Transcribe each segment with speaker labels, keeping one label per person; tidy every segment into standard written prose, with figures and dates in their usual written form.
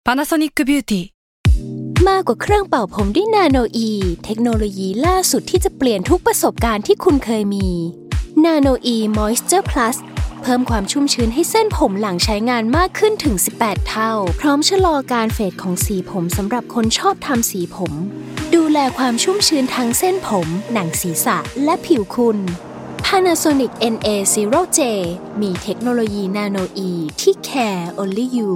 Speaker 1: Panasonic Beauty
Speaker 2: มากกว่าเครื่องเป่าผมด้วยนาโนอีเทคโนโลยีล่าสุดที่จะเปลี่ยนทุกประสบการณ์ที่คุณเคยมีนาโนอีมอยส์เจอร์พลัสเพิ่มความชุ่มชื้นให้เส้นผมหลังใช้งานมากขึ้นถึง18เท่าพร้อมชะลอการเฟดของสีผมสำหรับคนชอบทำสีผมดูแลความชุ่มชื้นทั้งเส้นผมหนังศีรษะและผิวคุณ Panasonic NA0J มีเทคโนโลยีนาโนอีที่ care only you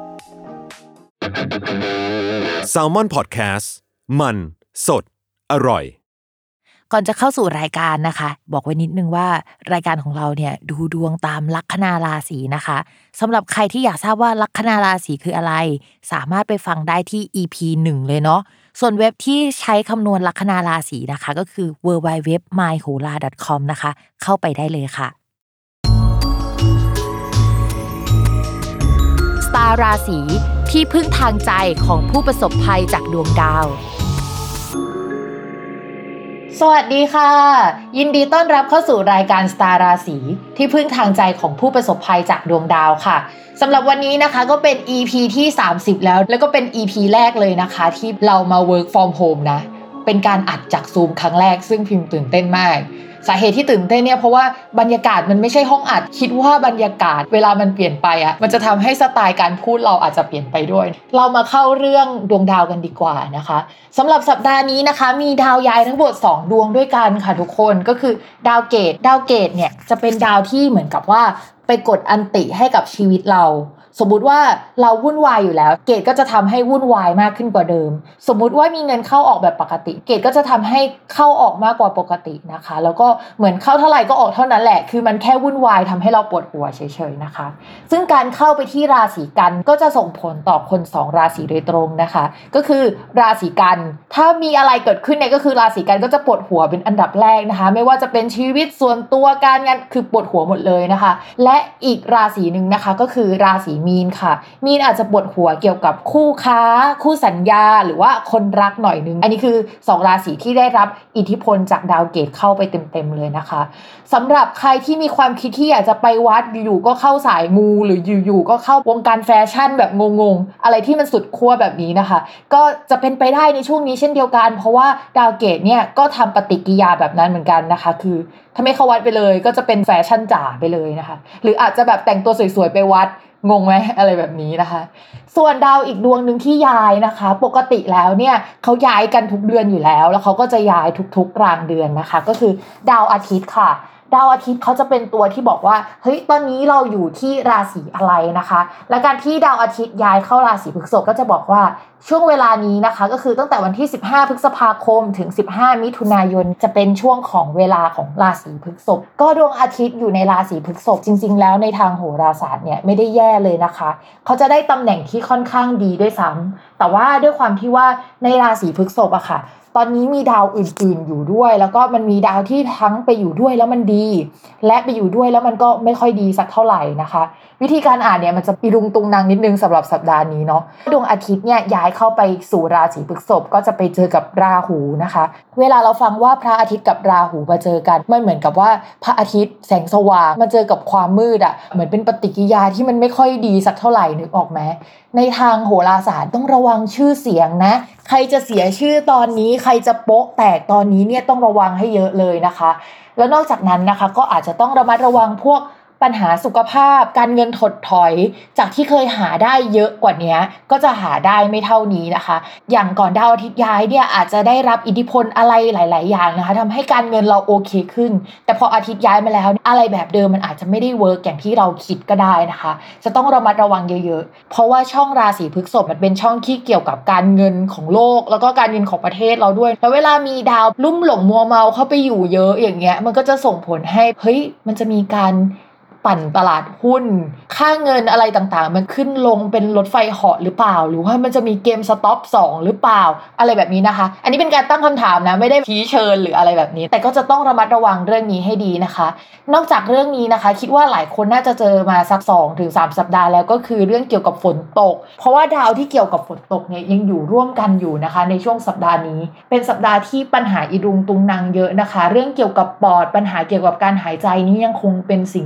Speaker 3: Salmon Podcast มันสดอร่อย
Speaker 4: ก่อนจะเข้าสู่รายการนะคะบอกไว้นิดนึงว่ารายการของเราเนี่ยดูดวงตามลัคนาราศีนะคะสำหรับใครที่อยากทราบว่าลัคนาราศีคืออะไรสามารถไปฟังได้ที่ EP 1 เลยเนาะส่วนเว็บที่ใช้คำนวณลัคนาราศีนะคะก็คือ www.myhola.com นะคะเข้าไปได้เลยค่ะสตาร์ราศีที่พึ่งทางใจของผู้ประสบภัยจากดวงดาวสวัสดีค่ะยินดีต้อนรับเข้าสู่รายการสตาร์ราศีที่พึ่งทางใจของผู้ประสบภัยจากดวงดาวค่ะสำหรับวันนี้นะคะก็เป็น EP ที่30แล้วก็เป็น EP แรกเลยนะคะที่เรามา work from home นะเป็นการอัดจาก Zoom ครั้งแรกซึ่งพิมพ์ตื่นเต้นมากสาเหตุที่ตื่นเต้นเนี่ยเพราะว่าบรรยากาศมันไม่ใช่ห้องอัดคิดว่าบรรยากาศเวลามันเปลี่ยนไปอ่ะมันจะทำให้สไตล์การพูดเราอาจจะเปลี่ยนไปด้วยเรามาเข้าเรื่องดวงดาวกันดีกว่านะคะสำหรับสัปดาห์นี้นะคะมีดาวย้ายทั้งหมด2ดวงด้วยกันค่ะทุกคนก็คือดาวเกตเนี่ยจะเป็นดาวที่เหมือนกับว่าไปกดอันติให้กับชีวิตเราสมมุติว่าเราวุ่นวายอยู่แล้วเกตก็จะทำให้วุ่นวายมากขึ้นกว่าเดิมสมมุติว่ามีเงินเข้าออกแบบปกติเกตก็จะทำให้เข้าออกมากกว่าปกตินะคะแล้วก็เหมือนเข้าเท่าไหร่ก็ออกเท่านั้นแหละคือมันแค่วุ่นวายทำให้เราปวดหัวเฉยๆนะคะซึ่งการเข้าไปที่ราศีกันก็จะส่งผลต่อคน2ราศีโดยตรงนะคะก็คือราศีกันถ้ามีอะไรเกิดขึ้นเนี่ยก็คือราศีกันก็จะปวดหัวเป็นอันดับแรกนะคะไม่ว่าจะเป็นชีวิตส่วนตัวการงานคือปวดหัวหมดเลยนะคะและอีกราศีนึงนะคะก็คือราศีมีนค่ะมีนอาจจะปวดหัวเกี่ยวกับคู่ค้าคู่สัญญาหรือว่าคนรักหน่อยนึงอันนี้คือ2ราศีที่ได้รับอิทธิพลจากดาวเกตเข้าไปเต็มๆเลยนะคะสำหรับใครที่มีความคิดที่อยากจะไปวัดอยู่ๆก็เข้าสายมูหรืออยู่ๆก็เข้าวงการแฟชั่นแบบงงๆอะไรที่มันสุดขั้วแบบนี้นะคะก็จะเป็นไปได้ในช่วงนี้เช่นเดียวกันเพราะว่าดาวเกตเนี่ยก็ทำปฏิกิริยาแบบนั้นเหมือนกันนะคะคือถ้าไม่เข้าวัดไปเลยก็จะเป็นแฟชั่นจ๋าไปเลยนะคะหรืออาจจะแบบแต่งตัวสวยๆไปวัดงงไหมอะไรแบบนี้นะคะส่วนดาวอีกดวงนึงที่ย้ายนะคะปกติแล้วเนี่ยเขาย้ายกันทุกเดือนอยู่แล้วเขาก็จะย้ายทุกๆกลางเดือนนะคะก็คือดาวอาทิตย์ค่ะดาวอาทิตย์เขาจะเป็นตัวที่บอกว่าเฮ้ยตอนนี้เราอยู่ที่ราศีอะไรนะคะและการที่ดาวอาทิตย์ย้ายเข้าราศีพฤษภก็จะบอกว่าช่วงเวลานี้นะคะก็คือตั้งแต่วันที่15พฤษภาคมถึง15มิถุนายนจะเป็นช่วงของเวลาของราศีพฤษภก็ดวงอาทิตย์อยู่ในราศีพฤษภจริงๆแล้วในทางโหราศาสตร์เนี่ยไม่ได้แย่เลยนะคะเขาจะได้ตำแหน่งที่ค่อนข้างดีด้วยซ้ำแต่ว่าด้วยความที่ว่าในราศีพฤษภอะค่ะตอนนี้มีดาวอื่นๆอยู่ด้วยแล้วก็มันมีดาวที่ทั้งไปอยู่ด้วยแล้วมันดีและไปอยู่ด้วยแล้วมันก็ไม่ค่อยดีสักเท่าไหร่นะคะวิธีการอ่านเนี่ยมันจะอีรุงตุงนางนิดนึงสำหรับสัปดาห์นี้เนาะดวงอาทิตย์เนี่ยย้ายเข้าไปสู่ราศีพฤษภก็จะไปเจอกับราหูนะคะเวลาเราฟังว่าพระอาทิตย์กับราหูมาเจอกันมันเหมือนกับว่าพระอาทิตย์แสงสว่างมาเจอกับความมืดอ่ะเหมือนเป็นปฏิกิริยาที่มันไม่ค่อยดีสักเท่าไหร่นึกออกไหมในทางโหราศาสตร์ต้องระวังชื่อเสียงนะใครจะเสียชื่อตอนนี้ใครจะโป๊ะแตกตอนนี้เนี่ยต้องระวังให้เยอะเลยนะคะแล้วนอกจากนั้นนะคะก็อาจจะต้องระมัดระวังพวกปัญหาสุขภาพการเงินถดถอยจากที่เคยหาได้เยอะกว่านี้ก็จะหาได้ไม่เท่านี้นะคะอย่างก่อนดาวอาทิตย์ย้ายเนี่ยอาจจะได้รับอิทธิพลอะไรหลายๆอย่างนะคะทำให้การเงินเราโอเคขึ้นแต่พออาทิตย์ย้ายมาแล้วอะไรแบบเดิมมันอาจจะไม่ได้เวิร์กอย่างที่เราคิดก็ได้นะคะจะต้องระมัดระวังเยอะๆเพราะว่าช่องราศีพฤษภมันเป็นช่องที่เกี่ยวกับการเงินของโลกแล้วก็การเงินของประเทศเราด้วยแล้วเวลามีดาวลุ่มหลงมัวเมาเข้าไปอยู่เยอะอย่างเงี้ยมันก็จะส่งผลให้เฮ้ยมันจะมีการปั่นตลาดหุ้นค่าเงินอะไรต่างๆมันขึ้นลงเป็นรถไฟเหาะหรือเปล่าหรือว่ามันจะมีเกมสต็อป2หรือเปล่าอะไรแบบนี้นะคะอันนี้เป็นการตั้งคำถามนะไม่ได้ชี้เชิญหรืออะไรแบบนี้แต่ก็จะต้องระมัดระวังเรื่องนี้ให้ดีนะคะนอกจากเรื่องนี้นะคะคิดว่าหลายคนน่าจะเจอมาสัก 2-3 สัปดาห์แล้วก็คือเรื่องเกี่ยวกับฝนตกเพราะว่าดาวที่เกี่ยวกับฝนตกเนี่ยยังอยู่ร่วมกันอยู่นะคะในช่วงสัปดาห์นี้เป็นสัปดาห์ที่ปัญหาอีรุงตุงนางเยอะนะคะเรื่องเกี่ยวกับปอดปัญหาเกี่ยวกับการหายใจนี่ยังคงเป็นสิ่งที่จะต้อง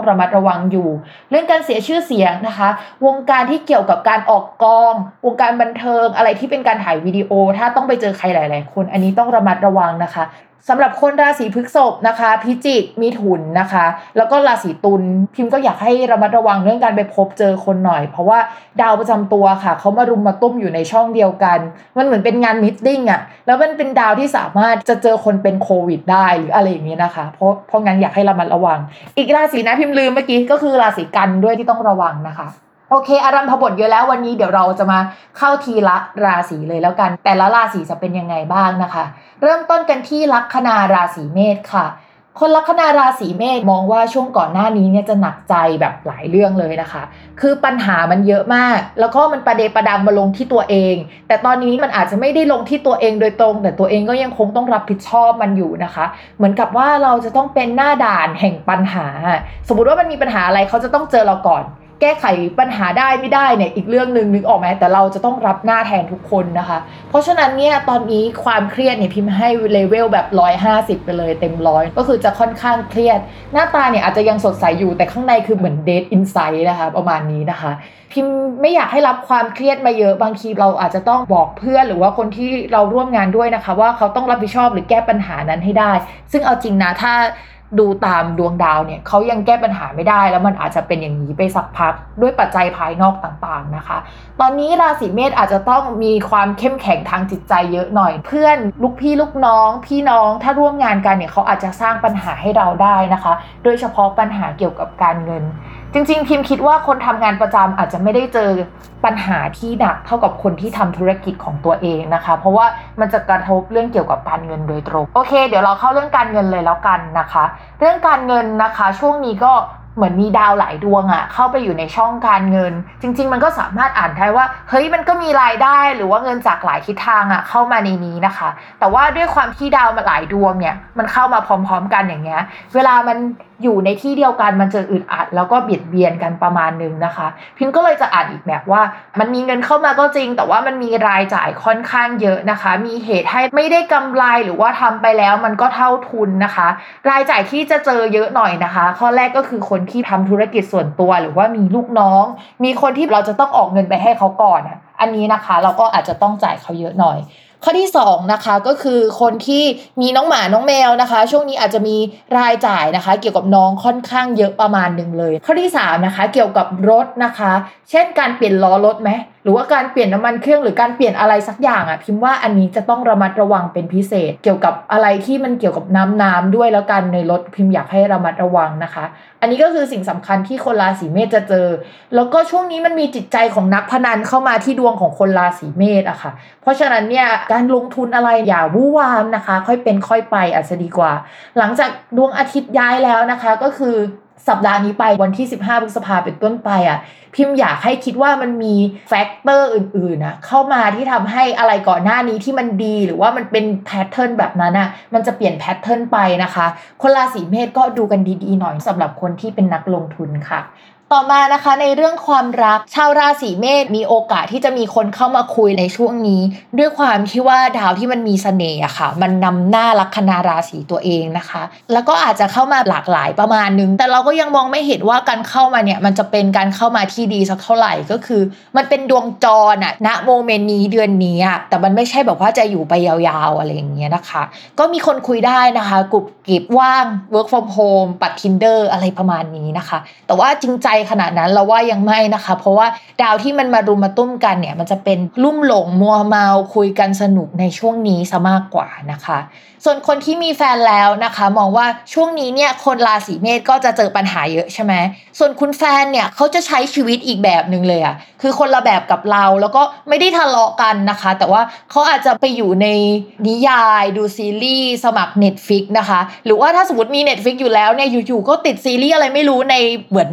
Speaker 4: ระมัดระวังอยู่เรื่องการเสียชื่อเสียงนะคะวงการที่เกี่ยวกับการออกกองวงการบันเทิงอะไรที่เป็นการถ่ายวิดีโอถ้าต้องไปเจอใครหลายๆคนอันนี้ต้องระมัดระวังนะคะสำหรับคนราศีพฤษภนะคะพิจิกมิถุนนะคะแล้วก็ราศีตุลพิมพ์ก็อยากให้ระมัดระวังเรื่องการไปพบเจอคนหน่อยเพราะว่าดาวประจำตัวค่ะเขามารุมมาตุ้มอยู่ในช่องเดียวกันมันเหมือนเป็นงานมีตติ้งอ่ะแล้วมันเป็นดาวที่สามารถจะเจอคนเป็นโควิดได้หรืออะไรอย่างนี้นะคะเพราะงั้นอยากให้ระมัดระวังอีกราศีนะพิมพ์ลืมเมื่อกี้ก็คือราศีกันด้วยที่ต้องระวังนะคะโอเคอารัมพบทเยอะแล้ววันนี้เดี๋ยวเราจะมาเข้าทีละราศีเลยแล้วกันแต่ละราศีจะเป็นยังไงบ้างนะคะเริ่มต้นกันที่ลัคนาราศีเมษค่ะคนลัคนาราศีเมษมองว่าช่วงก่อนหน้านี้เนี่ยจะหนักใจแบบหลายเรื่องเลยนะคะคือปัญหามันเยอะมากแล้วก็มันประเดประดังมาลงที่ตัวเองแต่ตอนนี้มันอาจจะไม่ได้ลงที่ตัวเองโดยตรงแต่ตัวเองก็ยังคงต้องรับผิดชอบมันอยู่นะคะเหมือนกับว่าเราจะต้องเป็นหน้าด่านแห่งปัญหาสมมุติว่ามันมีปัญหาอะไรเขาจะต้องเจอเราก่อนแก้ไขปัญหาได้ไม่ได้เนี่ยอีกเรื่องนึงนึกออกไหมแต่เราจะต้องรับหน้าแทนทุกคนนะคะเพราะฉะนั้นเนี่ยตอนนี้ความเครียดเนี่ยพิมพ์ให้เลเวลแบบ150ไปเลยเต็ม100ก็คือจะค่อนข้างเครียดหน้าตาเนี่ยอาจจะยังสดใสอยู่แต่ข้างในคือเหมือนเดดอินไซด์นะคะประมาณนี้นะคะพิมไม่อยากให้รับความเครียดมาเยอะบางทีเราอาจจะต้องบอกเพื่อนหรือว่าคนที่เราร่วมงานด้วยนะคะว่าเขาต้องรับผิดชอบหรือแก้ปัญหานั้นให้ได้ซึ่งเอาจริงนะถ้าดูตามดวงดาวเนี่ยเขายังแก้ปัญหาไม่ได้แล้วมันอาจจะเป็นอย่างนี้ไปสักพักด้วยปัจจัยภายนอกต่างๆนะคะตอนนี้ราศีเมษอาจจะต้องมีความเข้มแข็งทางจิตใจเยอะหน่อยเพื่อนลูกพี่ลูกน้องพี่น้องถ้าร่วมงานกันเนี่ยเขาอาจจะสร้างปัญหาให้เราได้นะคะโดยเฉพาะปัญหาเกี่ยวกับการเงินจริงๆพิมคิดว่าคนทำงานประจำอาจจะไม่ได้เจอปัญหาที่หนักเท่ากับคนที่ทำธุรกิจของตัวเองนะคะเพราะว่ามันจะกระทบเรื่องเกี่ยวกับการเงินโดยตรงโอเคเดี๋ยวเราเข้าเรื่องการเงินเลยแล้วกันนะคะเรื่องการเงินนะคะช่วงนี้ก็เหมือนมีดาวหลายดวงเข้าไปอยู่ในช่องการเงินจริงๆมันก็สามารถอ่านได้ว่าเฮ้ยมันก็มีรายได้หรือว่าเงินจากหลายทิศทางเข้ามาในนี้นะคะแต่ว่าด้วยความที่ดาวมาหลายดวงเนี่ยมันเข้ามาพร้อมๆกันอย่างเงี้ยเวลามันอยู่ในที่เดียวกันมันจะอึดอัดแล้วก็เบียดเบียนกันประมาณนึงนะคะพิมก็เลยจะอ่านอีกแบบว่ามันมีเงินเข้ามาก็จริงแต่ว่ามันมีรายจ่ายค่อนข้างเยอะนะคะมีเหตุให้ไม่ได้กำไรหรือว่าทำไปแล้วมันก็เท่าทุนนะคะรายจ่ายที่จะเจอเยอะหน่อยนะคะข้อแรกก็คือคนที่ทำธุรกิจส่วนตัวหรือว่ามีลูกน้องมีคนที่เราจะต้องออกเงินไปให้เขาก่อนอันนี้นะคะเราก็อาจจะต้องจ่ายเขาเยอะหน่อยข้อที่2นะคะก็คือคนที่มีน้องหมาน้องแมวนะคะช่วงนี้อาจจะมีรายจ่ายนะคะเกี่ยวกับน้องค่อนข้างเยอะประมาณนึงเลยข้อที่3นะคะเกี่ยวกับรถนะคะเช่นการเปลี่ยนล้อรถไหมหรือว่าการเปลี่ยนน้ำมันเครื่องหรือการเปลี่ยนอะไรสักอย่างพิมพ์ว่าอันนี้จะต้องระมัดระวังเป็นพิเศษเกี่ยวกับอะไรที่มันเกี่ยวกับน้ำด้วยแล้วกันในรถพิมพ์อยากให้ระมัดระวังนะคะอันนี้ก็คือสิ่งสำคัญที่คนราศีเมษจะเจอแล้วก็ช่วงนี้มันมีจิตใจของนักพนันเข้ามาที่ดวงของคนราศีเมษค่ะเพราะฉะนั้นเนี่ยการลงทุนอะไรอย่าวู่วามนะคะค่อยเป็นค่อยไปอาจจะดีกว่าหลังจากดวงอาทิตย์ย้ายแล้วนะคะก็คือสัปดาห์นี้ไปวันที่15พฤษภาคมเป็นต้นไปพิมพ์อยากให้คิดว่ามันมีแฟกเตอร์อื่นๆเข้ามาที่ทำให้อะไรก่อนหน้านี้ที่มันดีหรือว่ามันเป็นแพทเทิร์นแบบนั้นมันจะเปลี่ยนแพทเทิร์นไปนะคะคนราศีเมษก็ดูกันดีๆหน่อยสำหรับคนที่เป็นนักลงทุนค่ะต่อมานะคะในเรื่องความรักชาวราศีเมษมีโอกาสที่จะมีคนเข้ามาคุยในช่วงนี้ด้วยความที่ว่าดาวที่มันมีเสน่ห์ค่ะมันนำหน้าลัคนาราศีตัวเองนะคะแล้วก็อาจจะเข้ามาหลากหลายประมาณนึงแต่เราก็ยังมองไม่เห็นว่าการเข้ามาเนี่ยมันจะเป็นการเข้ามาที่ดีสักเท่าไหร่ก็คือมันเป็นดวงจรณโมเมนต์นี้เดือนนี้แต่มันไม่ใช่แบบว่าจะอยู่ไปยาวๆอะไรอย่างเงี้ยนะคะก็มีคนคุยได้นะคะกรุบกริบว่าง work from home ปัด Tinder อะไรประมาณนี้นะคะแต่ว่าจริงใจขนาดนั้นเราว่ายังไม่นะคะเพราะว่าดาวที่มันมารุมมาตุ้มกันเนี่ยมันจะเป็นลุ่มหลงมัวเมาคุยกันสนุกในช่วงนี้ซะมากกว่านะคะส่วนคนที่มีแฟนแล้วนะคะมองว่าช่วงนี้เนี่ยคนราศีเมษก็จะเจอปัญหาเยอะใช่ไหมส่วนคุณแฟนเนี่ยเขาจะใช้ชีวิตอีกแบบนึงเลยคือคนละแบบกับเราแล้วก็ไม่ได้ทะเลาะกันนะคะแต่ว่าเขาอาจจะไปอยู่ในนิยายดูซีรีส์สมัคร Netflix นะคะหรือว่าถ้าสมมติมี Netflix อยู่แล้วเนี่ยอยู่ๆก็ติดซีรีส์อะไรไม่รู้ในเหมือนแพลตฟอร์ม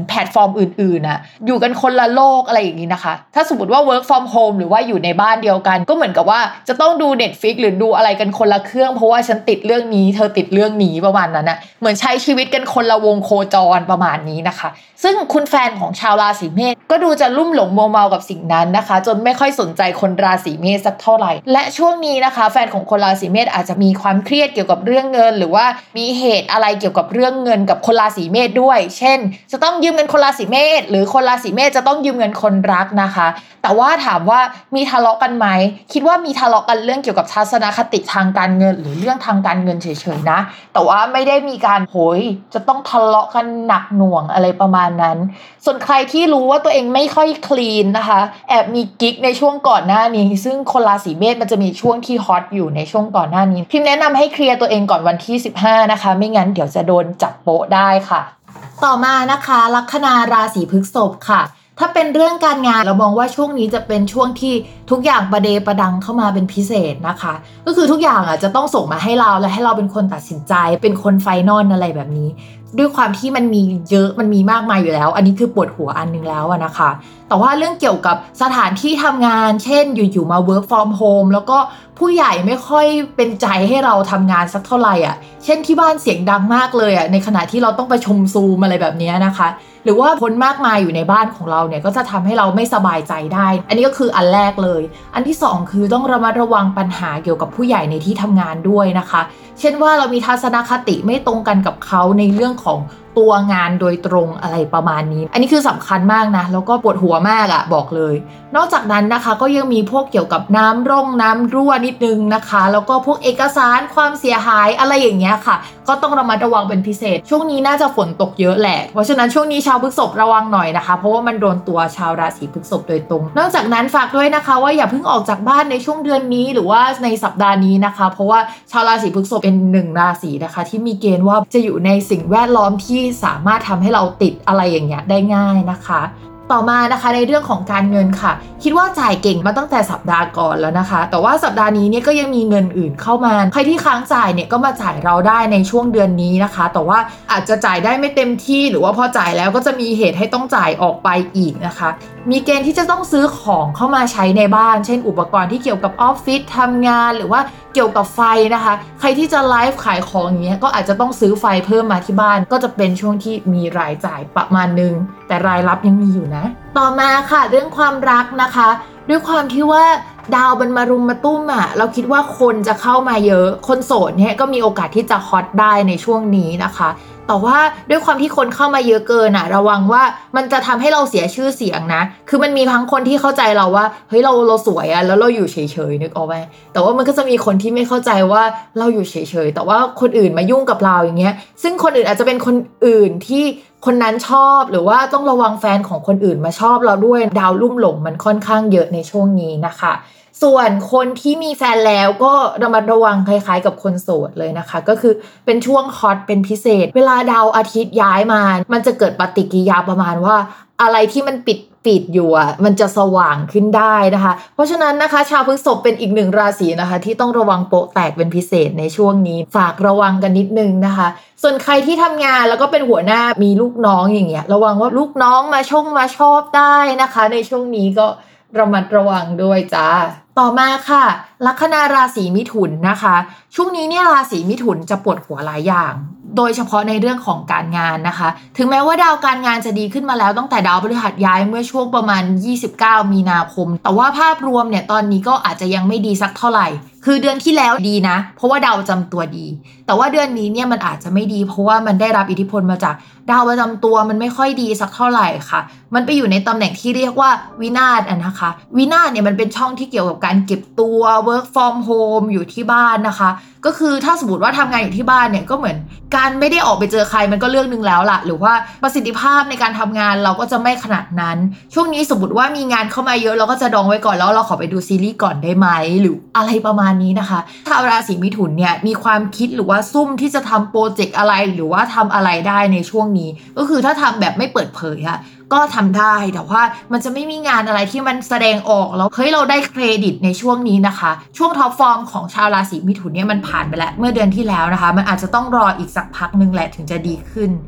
Speaker 4: มอื่นๆน่ะอยู่กันคนละโลกอะไรอย่างนี้นะคะถ้าสมมติว่า work from home หรือว่าอยู่ในบ้านเดียวกันก็เหมือนกับว่าจะต้องดู Netflix หรือดูอะไรกันคนละเครื่องเพราะว่าฉันติดเรื่องนี้เธอติดเรื่องนี้ประมาณนั้นนะเหมือนใช้ชีวิตกันคนละวงโคจรประมาณนี้นะคะซึ่งคุณแฟนของชาวราศีเมษก็ดูจะลุ่มหลงมัวเมากับสิ่งนั้นนะคะจนไม่ค่อยสนใจคนราศีเมษสักเท่าไหร่และช่วงนี้นะคะแฟนของคนราศีเมษอาจจะมีความเครียดเกี่ยวกับเรื่องเงินหรือว่ามีเหตุอะไรเกี่ยวกับเรื่องเงินกับคนราศีเมษด้วยเช่นจะต้องยืมเงินคนราศีเมษหรือคนราศีเมษจะต้องยืมเงินคนรักนะคะแต่ว่าถามว่ามีทะเลาะกันไหมคิดว่ามีทะเลาะกันเรื่องเกี่ยวกับทัศนคติทางการเงินหรือเรื่องทางการเงินเฉยๆนะแต่ว่าไม่ได้มีการโหยจะต้องทะเลาะกันหนักหน่วงอะไรประมาณนั้นส่วนใครที่รู้ว่าตัวเองไม่ค่อยคลีนนะคะแอบมีกิ๊กในช่วงก่อนหน้านี้ซึ่งคนราศีเมษมันจะมีช่วงที่ฮอตอยู่ในช่วงก่อนหน้านี้พิมแนะนำให้เคลียร์ตัวเองก่อนวันที่15นะคะไม่งั้นเดี๋ยวจะโดนจับโป๊ะได้ค่ะต่อมานะคะลัคนาราศีพฤษภค่ะถ้าเป็นเรื่องการงานเรามองว่าช่วงนี้จะเป็นช่วงที่ทุกอย่างประเดประดังเข้ามาเป็นพิเศษนะคะก็คือทุกอย่างจะต้องส่งมาให้เราและให้เราเป็นคนตัดสินใจเป็นคนไฟนอลอะไรแบบนี้ด้วยความที่มันมีเยอะมันมีมากมายอยู่แล้วอันนี้คือปวดหัวอันนึงแล้วนะคะแต่ว่าเรื่องเกี่ยวกับสถานที่ทำงานเช่นอยู่ๆมา work from home แล้วก็ผู้ใหญ่ไม่ค่อยเป็นใจให้เราทำงานสักเท่าไหร่เช่นที่บ้านเสียงดังมากเลยในขณะที่เราต้องประชุมซูมอะไรแบบนี้นะคะหรือว่าคนมากมายอยู่ในบ้านของเราเนี่ยก็จะทำให้เราไม่สบายใจได้อันนี้ก็คืออันแรกเลยอันที่สองคือต้องระมัดระวังปัญหาเกี่ยวกับผู้ใหญ่ในที่ทำงานด้วยนะคะเช่นว่าเรามีทัศนคติไม่ตรงกันกับเขาในเรื่องของตัวงานโดยตรงอะไรประมาณนี้อันนี้คือสำคัญมากนะแล้วก็ปวดหัวมากบอกเลยนอกจากนั้นนะคะก็ยังมีพวกเกี่ยวกับน้ำรั่วนิดนึงนะคะแล้วก็พวกเอกสารความเสียหายอะไรอย่างเงี้ยค่ะก็ต้องระมัดระวังเป็นพิเศษช่วงนี้น่าจะฝนตกเยอะแหละเพราะฉะนั้นช่วงนี้ชาวพฤษภระวังหน่อยนะคะเพราะว่ามันโดนตัวชาวราศีพฤษภโดยตรงนอกจากนั้นฝากด้วยนะคะว่าอย่าเพิ่งออกจากบ้านในช่วงเดือนนี้หรือว่าในสัปดาห์นี้นะคะเพราะว่าชาวราศีพฤษภเป็นหนึ่งราศีนะคะที่มีเกณฑ์ว่าจะอยู่ในสิ่งแวดล้อมที่สามารถทำให้เราติดอะไรอย่างเงี้ยได้ง่ายนะคะต่อมานะคะในเรื่องของการเงินค่ะคิดว่าจ่ายเก่งมาตั้งแต่สัปดาห์ก่อนแล้วนะคะแต่ว่าสัปดาห์นี้เนี่ยก็ยังมีเงินอื่นเข้ามาใครที่ค้างจ่ายเนี่ยก็มาจ่ายเราได้ในช่วงเดือนนี้นะคะแต่ว่าอาจจะจ่ายได้ไม่เต็มที่หรือว่าพอจ่ายแล้วก็จะมีเหตุให้ต้องจ่ายออกไปอีกนะคะมีเกณฑ์ที่จะต้องซื้อของเข้ามาใช้ในบ้านเช่นอุปกรณ์ที่เกี่ยวกับออฟฟิศทำงานหรือว่าเกี่ยวกับไฟนะคะใครที่จะไลฟ์ขายของอย่างเงี้ยก็อาจจะต้องซื้อไฟเพิ่มมาที่บ้านก็จะเป็นช่วงที่มีรายจ่ายประมาณนึงแต่รายรับยังมีอยู่นะต่อมาค่ะเรื่องความรักนะคะด้วยความที่ว่าดาวมันมารุมมาตุ้มเราคิดว่าคนจะเข้ามาเยอะคนโสดเนี่ยก็มีโอกาสที่จะฮอตได้ในช่วงนี้นะคะแต่ว่าด้วยความที่คนเข้ามาเยอะเกินระวังว่ามันจะทำให้เราเสียชื่อเสียงนะคือมันมีทั้งคนที่เข้าใจเราว่าเฮ้ยเราสวยแล้วเราอยู่เฉยๆนึกออกไหมแต่ว่ามันก็จะมีคนที่ไม่เข้าใจว่าเราอยู่เฉยๆแต่ว่าคนอื่นมายุ่งกับเราอย่างเงี้ยซึ่งคนอื่นอาจจะเป็นคนอื่นที่คนนั้นชอบหรือว่าต้องระวังแฟนของคนอื่นมาชอบเราด้วยดาวลุ่มหลงมันค่อนข้างเยอะในช่วงนี้นะคะส่วนคนที่มีแฟนแล้วก็ระมัดระวังคล้ายๆกับคนโสดเลยนะคะก็คือเป็นช่วงฮอตเป็นพิเศษเวลาดาวอาทิตย์ย้ายมามันจะเกิดปฏิกิริยาประมาณว่าอะไรที่มันปิดอยู่มันจะสว่างขึ้นได้นะคะเพราะฉะนั้นนะคะชาวพฤษภเป็นอีกหนึ่งราศีนะคะที่ต้องระวังโปะแตกเป็นพิเศษในช่วงนี้ฝากระวังกันนิดนึงนะคะส่วนใครที่ทำงานแล้วก็เป็นหัวหน้ามีลูกน้องอย่างเงี้ยระวังว่าลูกน้องมาชอบได้นะคะในช่วงนี้ก็ระมัดระวังด้วยจ้าต่อมาค่ะลัคนาราศีมิถุนนะคะช่วงนี้เนี่ยราศีมิถุนจะปวดหัวหลายอย่างโดยเฉพาะในเรื่องของการงานนะคะถึงแม้ว่าดาวการงานจะดีขึ้นมาแล้วตั้งแต่ดาวพฤหัสย้ายเมื่อช่วงประมาณ29มีนาคมแต่ว่าภาพรวมเนี่ยตอนนี้ก็อาจจะยังไม่ดีสักเท่าไหร่คือเดือนที่แล้วดีนะเพราะว่าดาวประจำตัวดีแต่ว่าเดือนนี้เนี่ยมันอาจจะไม่ดีเพราะว่ามันได้รับอิทธิพลมาจากดาวประจำตัวมันไม่ค่อยดีสักเท่าไหร่ค่ะมันไปอยู่ในตำแหน่งที่เรียกว่าวินาศนะคะวินาศเนี่ยมันเป็นช่องที่เกี่ยวกับการเก็บตัว work from home อยู่ที่บ้านนะคะก็คือถ้าสมมติว่าทำงานอยู่ที่บ้านเนี่ยก็เหมือนการไม่ได้ออกไปเจอใครมันก็เรื่องนึงแล้วล่ะหรือว่าประสิทธิภาพในการทำงานเราก็จะไม่ขนาดนั้นช่วงนี้สมมติว่ามีงานเข้ามาเยอะเราก็จะดองไว้ก่อนแล้วเราขอไปดูซีรีส์ก่อนได้ไหมหรืออะไรประมาณนี้นะคะชาวราศีมิถุนเนี่ยมีความคิดหรือว่าซุ่มที่จะทำโปรเจกต์อะไรหรือว่าทำอะไรได้ในช่วงนี้ก็คือถ้าทำแบบไม่เปิดเผยก็ทำได้แต่ว่ามันจะไม่มีงานอะไรที่มันแสดงออกแล้วเฮ้ยเราได้เครดิตในช่วงนี้นะคะช่วงท็อปฟอร์มของชาวราศีมิถุนเนี่ยมันผ่านไปแล้วเมื่อเดือนที่แล้วนะคะมันอาจจะต้องรออีกสักพักนึงแหละถึงจะดีขึ้น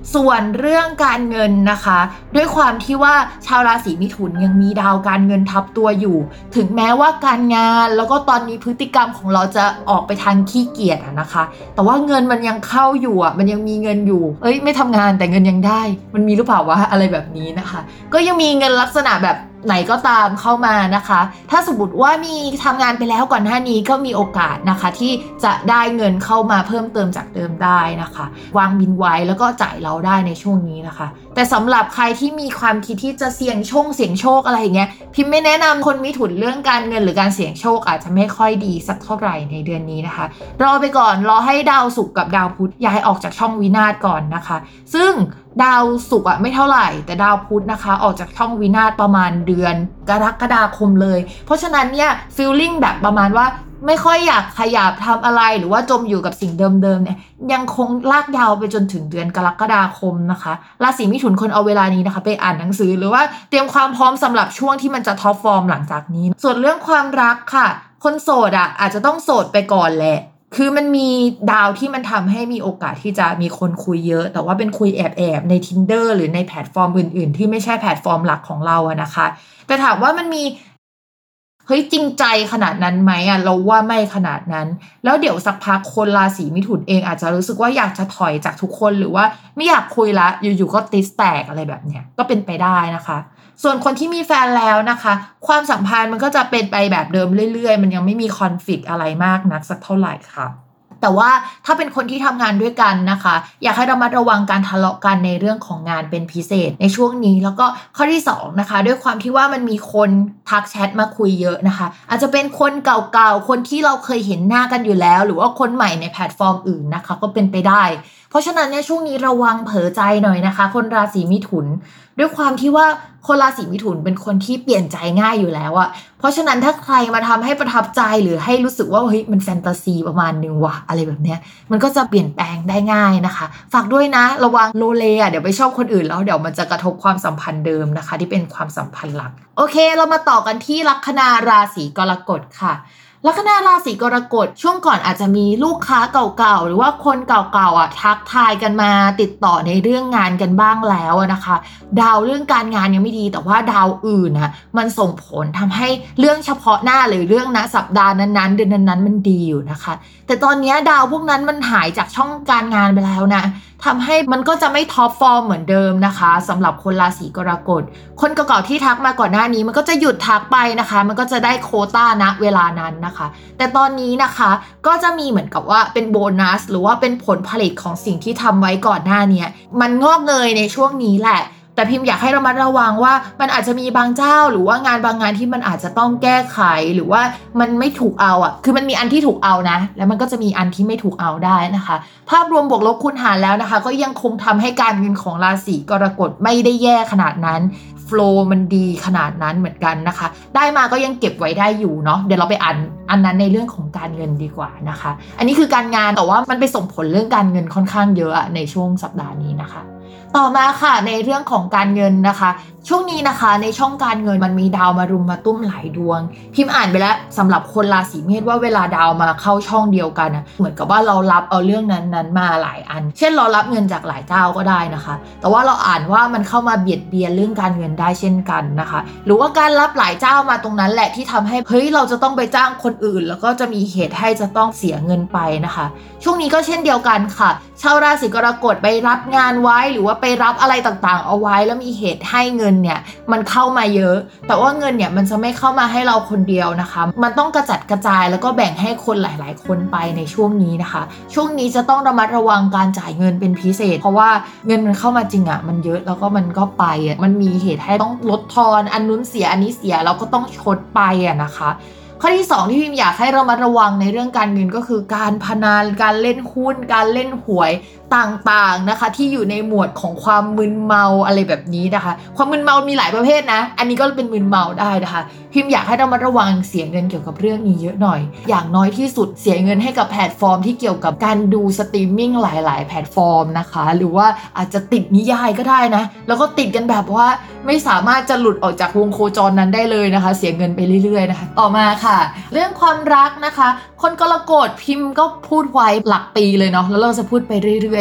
Speaker 4: ส่วนเรื่องการเงินนะคะด้วยความที่ว่าชาวราศีมิถุนยังมีดาวการเงินทับตัวอยู่ถึงแม้ว่าการงานแล้วก็ตอนนี้พฤติกรรมของเราจะออกไปทางขี้เกียจนะคะแต่ว่าเงินมันยังเข้าอยู่มันยังมีเงินอยู่ไม่ทำงานแต่เงินยังได้มันมีหรือเปล่าวะอะไรแบบนี้นะคะก็ยังมีเงินลักษณะแบบไหนก็ตามเข้ามานะคะถ้าสมมติว่ามีทำงานไปแล้วก่อนหน้านี้ก็มีโอกาสนะคะที่จะได้เงินเข้ามาเพิ่มเติมจากเดิมได้นะคะวางบินไว้แล้วก็จ่ายเราได้ในช่วงนี้นะคะแต่สำหรับใครที่มีความคิดที่จะเสี่ยงโชคอะไรอย่างเงี้ยพิมไม่แนะนำคนมิถุนเรื่องการเงินหรือการเสี่ยงโชคอาจจะไม่ค่อยดีสักเท่าไหร่ในเดือนนี้นะคะรอไปก่อนรอให้ดาวศุกร์กับดาวพุธย้ายออกจากช่องวินาศก่อนนะคะซึ่งดาวศุกร์ไม่เท่าไหร่แต่ดาวพุธนะคะออกจากช่องวินาศประมาณเดือนกรกฎาคมเลยเพราะฉะนั้นเนี่ยฟีลลิ่งแบบประมาณว่าไม่ค่อยอยากขยับทำอะไรหรือว่าจมอยู่กับสิ่งเดิมๆเนี่ยยังคงลากยาวไปจนถึงเดือนกรกฎาคมนะคะราศีมิถุนคนเอาเวลานี้นะคะไปอ่านหนังสือหรือว่าเตรียมความพร้อมสำหรับช่วงที่มันจะท็อปฟอร์มหลังจากนี้ส่วนเรื่องความรักค่ะคนโสดอาจจะต้องโสดไปก่อนแหละคือมันมีดาวที่มันทำให้มีโอกาสที่จะมีคนคุยเยอะแต่ว่าเป็นคุยแอบใน Tinder หรือในแพลตฟอร์มอื่นๆที่ไม่ใช่แพลตฟอร์มหลักของเรานะคะแต่ถามว่ามันมีจริงใจขนาดนั้นไหมเราว่าไม่ขนาดนั้นแล้วเดี๋ยวสักพักคนราศีมิถุนเองอาจจะรู้สึกว่าอยากจะถอยจากทุกคนหรือว่าไม่อยากคุยละอยู่ๆก็ติสแตกอะไรแบบเนี้ยก็เป็นไปได้นะคะส่วนคนที่มีแฟนแล้วนะคะความสัมพันธ์มันก็จะเป็นไปแบบเดิมเรื่อยๆมันยังไม่มีคอนฟลิกต์อะไรมากนักสักเท่าไหร่ค่ะแต่ว่าถ้าเป็นคนที่ทำงานด้วยกันนะคะอยากให้ระมัดระวังการทะเลาะกันในเรื่องของงานเป็นพิเศษในช่วงนี้แล้วก็ข้อที่2นะคะด้วยความที่ว่ามันมีคนทักแชทมาคุยเยอะนะคะอาจจะเป็นคนเก่าๆคนที่เราเคยเห็นหน้ากันอยู่แล้วหรือว่าคนใหม่ในแพลตฟอร์มอื่นนะคะก็เป็นไปได้เพราะฉะนั้นเนี่ยช่วงนี้ระวังเผลอใจหน่อยนะคะคนราศีมิถุนด้วยความที่ว่าคนราศีมิถุนเป็นคนที่เปลี่ยนใจง่ายอยู่แล้วเพราะฉะนั้นถ้าใครมาทำให้ประทับใจหรือให้รู้สึกว่ามันแฟนตาซีประมาณนึงว่ะอะไรแบบเนี้ยมันก็จะเปลี่ยนแปลงได้ง่ายนะคะฝากด้วยนะระวังโลเลเดี๋ยวไปชอบคนอื่นแล้วเดี๋ยวมันจะกระทบความสัมพันธ์เดิมนะคะที่เป็นความสัมพันธ์หลักโอเคเรามาต่อกันที่ลัคนาราศีกรกฎค่ะลัคนาราศีกรกฎช่วงก่อนอาจจะมีลูกค้าเก่าๆหรือว่าคนเก่าๆทักทายกันมาติดต่อในเรื่องงานกันบ้างแล้วนะคะดาวเรื่องการงานยังไม่ดีแต่ว่าดาวอื่นมันส่งผลทำให้เรื่องเฉพาะหน้าหรือเรื่องณสัปดาห์นั้นๆเดือนนั้นๆมันดีอยู่นะคะแต่ตอนนี้ดาวพวกนั้นมันหายจากช่องการงานไปแล้วนะทำให้มันก็จะไม่ท็อปฟอร์มเหมือนเดิมนะคะสำหรับคนราศีกรกฎคนเก่าๆที่ทักมาก่อนหน้านี้มันก็จะหยุดทักไปนะคะมันก็จะได้โควต้าณเวลานั้นนะคะแต่ตอนนี้นะคะก็จะมีเหมือนกับว่าเป็นโบนัสหรือว่าเป็นผลผลิตของสิ่งที่ทำไว้ก่อนหน้านี้มันงอกเงยในช่วงนี้แหละแต่พิมพ์อยากให้ระมัดระวังว่ามันอาจจะมีบางเจ้าหรือว่างานบางงานที่มันอาจจะต้องแก้ไขหรือว่ามันไม่ถูกเอาคือมันมีอันที่ถูกเอานะแล้วมันก็จะมีอันที่ไม่ถูกเอาได้นะคะภาพรวมบวกลบคูณหารแล้วนะคะก็ยังคงทำให้การเงินของราศีกรกฎไม่ได้แย่ขนาดนั้นโฟลว์มันดีขนาดนั้นเหมือนกันนะคะได้มาก็ยังเก็บไว้ได้อยู่เนาะเดี๋ยวเราไปอ่านอันนั้นในเรื่องของการเงินดีกว่านะคะอันนี้คือการงานแต่ว่ามันไปส่งผลเรื่องการเงินค่อนข้างเยอะในช่วงสัปดาห์นี้นะคะต่อมาค่ะในเรื่องของการเงินนะคะช่วงนี้นะคะในช่องการเงินมันมีดาวมารุมมาตุ้มหลายดวงพิมพ์อ่านไปแล้วสำหรับคนราศีเมษว่าเวลาดาวมาเข้าช่องเดียวกันเหมือนกับว่าเรารับเอาเรื่องนั้นมาหลายอันเช่นเรารับเงินจากหลายเจ้าก็ได้นะคะแต่ว่าเราอ่านว่ามันเข้ามาเบียดเบียนเรื่องการเงินได้เช่นกันนะคะหรือว่าการรับหลายเจ้ามาตรงนั้นแหละที่ทำให้เราจะต้องไปจ้างคนอื่นแล้วก็จะมีเหตุให้จะต้องเสียเงินไปนะคะช่วงนี้ก็เช่นเดียวกันค่ะชาวราศีกรกฎไปรับงานไว้หรือว่าไปรับอะไรต่างๆเอาไว้แล้วมีเหตุให้เงินเนี่ยมันเข้ามาเยอะแต่ว่าเงินเนี่ยมันจะไม่เข้ามาให้เราคนเดียวนะคะมันต้องกระจัดกระจายแล้วก็แบ่งให้คนหลายๆคนไปในช่วงนี้นะคะช่วงนี้จะต้องระมัดระวังการจ่ายเงินเป็นพิเศษเพราะว่าเงินมันเข้ามาจริงมันเยอะแล้วก็มันก็ไปมันมีเหตุให้ต้องลดทอนอันนู้นเสียอันนี้เสียแล้วก็ต้องชดไปนะคะข้อที่2ที่พิมอยากให้เรามาระวังในเรื่องการเงินก็คือการพนันการเล่นหุ้นการเล่นหวยต่างๆนะคะที่อยู่ในหมวดของความมึนเมาอะไรแบบนี้นะคะความมึนเมามีหลายประเภทนะอันนี้ก็เป็นมึนเมาได้นะคะพิมอยากให้เรามาระวังเสียเงินเกี่ยวกับเรื่องนี้เยอะหน่อยอย่างน้อยที่สุดเสียเงินให้กับแพลตฟอร์มที่เกี่ยวกับการดูสตรีมมิ่งหลายๆแพลตฟอร์มนะคะหรือว่าอาจจะติดนิยายก็ได้นะแล้วก็ติดกันแบบว่าไม่สามารถจะหลุดออกจากวงโคจรนั้นได้เลยนะคะเสียเงินไปเรื่อยๆนะคะต่อมาค่ะเรื่องความรักนะคะคนกรกฎพิมพ์ก็พูดไว้หลักปีเลยเนาะแล้วเราจะพูดไปเรื่อย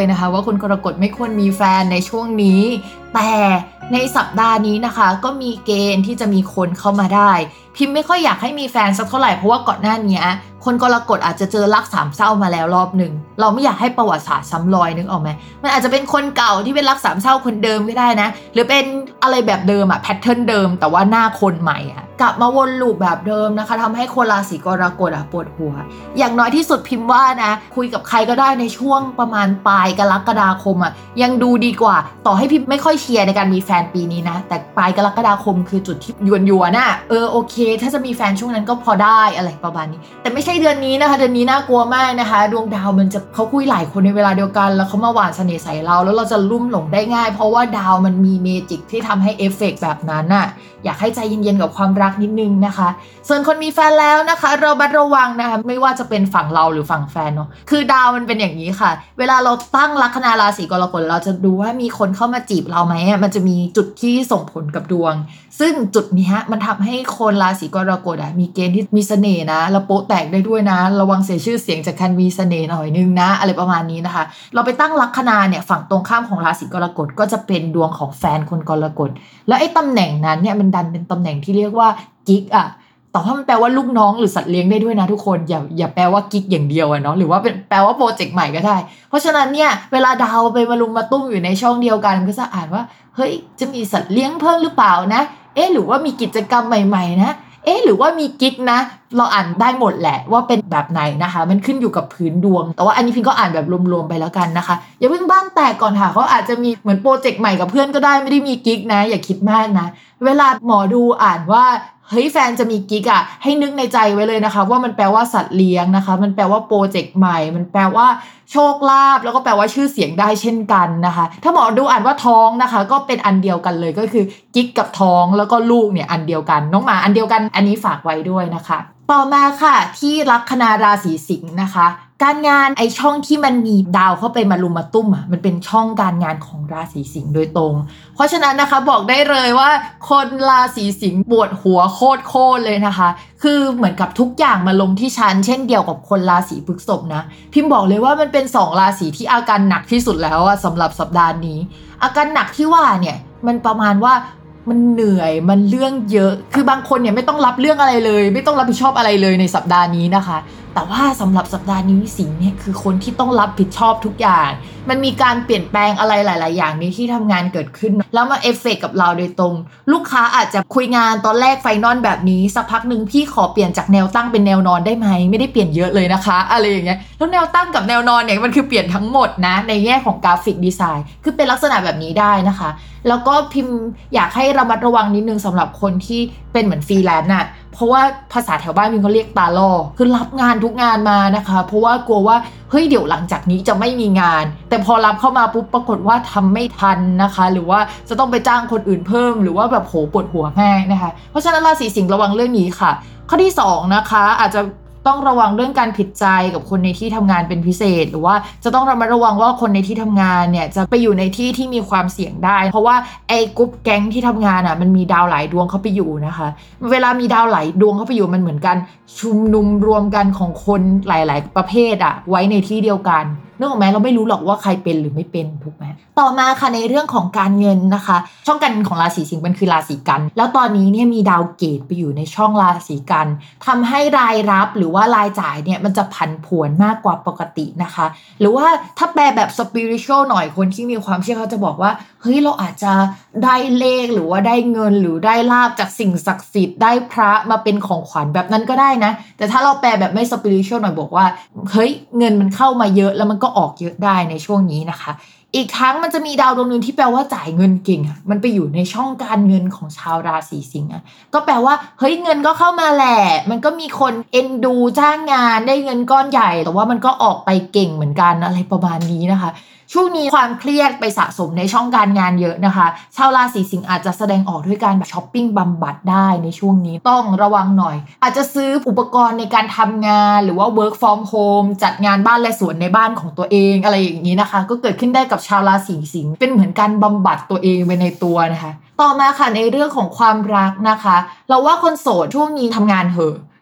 Speaker 4: เลยนะคะว่าคนกรกฎไม่ควรมีแฟนในช่วงนี้แต่ในสัปดาห์นี้นะคะก็มีเกณฑ์ที่จะมีคนเข้ามาได้พิมพ์ไม่ค่อยอยากให้มีแฟนสักเท่าไหร่เพราะว่าก่อนหน้านี้คนกรกฎอาจจะเจอรักสามเศร้ามาแล้วรอบหนึ่งเราไม่อยากให้ประวัติศาสตร์ซ้ำรอยนึกออกไหมมันอาจจะเป็นคนเก่าที่เป็นรักสามเศร้าคนเดิมก็ได้นะหรือเป็นอะไรแบบเดิมแพทเทิร์นเดิมแต่ว่าหน้าคนใหม่กลับมาวนลูปแบบเดิมนะคะทำให้คนราศีกรกฎปวดหัวอย่างน้อยที่สุดพิมพ์ว่านะคุยกับใครก็ได้ในช่วงประมาณปลายกรกฎาคมยังดูดีกว่าต่อให้พิมพ์ไม่ค่อยเชียร์ในการมีแฟนปีนี้นะแต่ปลายกรกฎาคมคือจุดที่ยวนน่ะโอเคถ้าจะมีแฟนช่วงนั้นก็พอได้อะไรประมาณนี้แต่ไม่ใช่เดือนนี้นะคะเดือนนี้น่ากลัวมากนะคะดวงดาวมันจะเขาคุยหลายคนในเวลาเดียวกันแล้วเขามาหว่านเสน่ห์ใส่เราแล้วเราจะลุ่มหลงได้ง่ายเพราะว่าดาวมันมีเมจิกที่ทำให้เอฟเฟกต์แบบนั้นอยากให้ใจเย็นๆกับความรักนิดนึงนะคะส่วนคนมีแฟนแล้วนะคะเราบัดระวังนะคะไม่ว่าจะเป็นฝั่งเราหรือฝั่งแฟนเนาะคือดาวมันเป็นอย่างนี้ค่ะเวลาเราตั้งลัคนาราศีกรกฎเราจะดูว่ามีคนเข้ามาจีบเราไหมมันจะมีจุดที่ส่งผลกับดวงซึ่งจุดนี้มันทำให้คนราศีกรกฎมีเกณฑ์ที่มีเสน่ห์นะแล้วโป๊ะแตกได้ด้วยนะระวังเสียชื่อเสียงจากการมีเสน่ห์หน่อยนึงนะอะไรประมาณนี้นะคะเราไปตั้งลัคนาเนี่ยฝั่งตรงข้ามของราศีกรกฎก็จะเป็นดวงของแฟนคนกรกฎแล้วไอ้ตำแหน่งนั้นเนี่ยมันดันเป็นตำแหน่งที่เรียกว่ากิ๊กแต่ว่ามันแปลว่าลูกน้องหรือสัตว์เลี้ยงได้ด้วยนะทุกคนอย่าแปลว่ากิ๊กอย่างเดียวเนาะหรือว่าเป็นแปลว่าโปรเจกต์ใหม่ก็ได้เพราะฉะนั้นเนี่ยเวลาดาวไปมารุมมาตุ้มอยู่ในช่องเดียวกันก็จะอ่านว่าเฮ้ยจะมีสัตว์เลี้ยงเพิ่มหรือเปล่านะหรือว่ามีกิจกรรมใหม่ๆนะหรือว่ามีกิ๊กนะเราอ่านได้หมดแหละว่าเป็นแบบไหนนะคะมันขึ้นอยู่กับพื้นดวงแต่ว่าอันนี้พิมก็อ่านแบบรวมๆไปแล้วกันนะคะอย่าเพิ่งบ้านแตกก่อนค่ะเขาอาจจะมีเหมือนโปรเจกต์ใหม่กับเพื่อนก็ได้ไม่ได้มีกิ๊กนะอย่าคิดมากนะเวลาหมอดูอ่านว่าเฮ้ยแฟนจะมีกิ๊กให้นึกในใจไว้เลยนะคะว่ามันแปลว่าสัตว์เลี้ยงนะคะมันแปลว่าโปรเจกต์ใหม่มันแปลว่าโชคลาภแล้วก็แปลว่าชื่อเสียงได้เช่นกันนะคะถ้าหมอดูอ่านว่าท้องนะคะก็เป็นอันเดียวกันเลยก็คือกิ๊กกับท้องแล้วก็ลูกเนี่ยอันเดียวกันน้องหมาอันเดียวกันอันนี้ฝากไว้ด้วยนะคะต่อมาค่ะที่ลัคนาราศีสิงห์นะคะการงานไอช่องที่มันมีดาวเข้าไปมารุมมาตุ้มมันเป็นช่องการงานของราศีสิงห์โดยตรงเพราะฉะนั้นนะคะบอกได้เลยว่าคนราศีสิงห์ปวดหัวโคตรเลยนะคะคือเหมือนกับทุกอย่างมาลงที่ชั้นเช่นเดียวกับคนราศีพฤษภนะพิมพ์บอกเลยว่ามันเป็น2ราศีที่อาการหนักที่สุดแล้วสำหรับสัปดาห์นี้อาการหนักที่ว่าเนี่ยมันประมาณว่ามันเหนื่อยมันเรื่องเยอะคือบางคนเนี่ยไม่ต้องรับเรื่องอะไรเลยไม่ต้องรับผิดชอบอะไรเลยในสัปดาห์นี้นะคะแต่ว่าสำหรับสัปดาห์นี้สิงห์เนี่ยคือคนที่ต้องรับผิดชอบทุกอย่างมันมีการเปลี่ยนแปลงอะไรหลายๆอย่างนี้ที่ทำงานเกิดขึ้นแล้วมาเอฟเฟกต์กับเราโดยตรงลูกค้าอาจจะคุยงานตอนแรกไฟนอลแบบนี้สักพักนึงพี่ขอเปลี่ยนจากแนวตั้งเป็นแนวนอนได้ไหมไม่ได้เปลี่ยนเยอะเลยนะคะอะไรอย่างเงี้ยแล้วแนวตั้งกับแนวนอนเนี่ยมันคือเปลี่ยนทั้งหมดนะในแง่ของกราฟิกดีไซน์คือเป็นลักษณะแบบนี้ได้นะคะแล้วก็พิมพ์อยากให้ระมัดระวังนิดนึงสำหรับคนที่เป็นเหมือนฟรีแลนซ์เพราะว่าภาษาแถวบ้านพิมเขาเรียกตาล่อคือรับงานทุกงานมานะคะเพราะว่ากลัวว่าเฮ้ยเดี๋ยวหลังจากนี้จะไม่มีงานแต่พอรับเข้ามาปุ๊บปรากฏว่าทำไม่ทันนะคะหรือว่าจะต้องไปจ้างคนอื่นเพิ่มหรือว่าแบบโหปวดหัวง่ายนะคะเพราะฉะนั้นราศีสิงห์ระวังเรื่องนี้ค่ะข้อที่2นะคะอาจจะต้องระวังเรื่องการผิดใจกับคนในที่ทำงานเป็นพิเศษหรือว่าจะต้องระมัดระวังว่าคนในที่ทำงานเนี่ยจะไปอยู่ในที่ที่มีความเสี่ยงได้เพราะว่าไอ้กรุ๊ปแก๊งที่ทำงานมันมีดาวหลายดวงเข้าไปอยู่นะคะเวลามีดาวหลายดวงเข้าไปอยู่มันเหมือนกันชุมนุมรวมกันของคนหลายๆประเภทไว้ในที่เดียวกันนึกออกไหมเราไม่รู้หรอกว่าใครเป็นหรือไม่เป็นถูกไหมต่อมาค่ะในเรื่องของการเงินนะคะช่องการเงินของราศีสิงห์มันคือราศีกันแล้วตอนนี้เนี่ยมีดาวเกตไปอยู่ในช่องราศีกันทำให้รายรับหรือว่ารายจ่ายเนี่ยมันจะผันผวนมากกว่าปกตินะคะหรือว่าถ้าแปลแบบสปิริตชัลหน่อยคนที่มีความเชื่อเขาจะบอกว่าเฮ้ยเราอาจจะได้เลขหรือว่าได้เงินหรือได้ลาภจากสิ่งศักดิ์สิทธิ์ได้พระมาเป็นของขวัญแบบนั้นก็ได้นะแต่ถ้าเราแปลแบบไม่สปิริตชัลหน่อยบอกว่าเฮ้ยเงินมันเข้ามาเยอะแล้วมันก็ออกเยอะได้ในช่วงนี้นะคะอีกทั้งมันจะมีดาวดวงนึงที่แปลว่าจ่ายเงินเก่งมันไปอยู่ในช่องการเงินของชาวราศีสิงห์ก็แปลว่าเฮ้ยเงินก็เข้ามาแหละมันก็มีคนเอ็นดูจ้างงานได้เงินก้อนใหญ่แต่ว่ามันก็ออกไปเก่งเหมือนกันอะไรประมาณนี้นะคะช่วงนี้ความเครียดไปสะสมในช่องการงานเยอะนะคะชาวราศีสิงห์อาจจะแสดงออกด้วยการช้อปปิ้งบำบัดได้ในช่วงนี้ต้องระวังหน่อยอาจจะซื้ออุปกรณ์ในการทำงานหรือว่า work from home จัดงานบ้านและสวนในบ้านของตัวเองอะไรอย่างนี้นะคะก็เกิดขึ้นได้กับชาวราศีสิงห์เป็นเหมือนการบำบัดตัวเองไปในตัวนะคะต่อมาค่ะในเรื่องของความรักนะคะเราว่าคนโสดช่วงนี้ทำงานเหอะ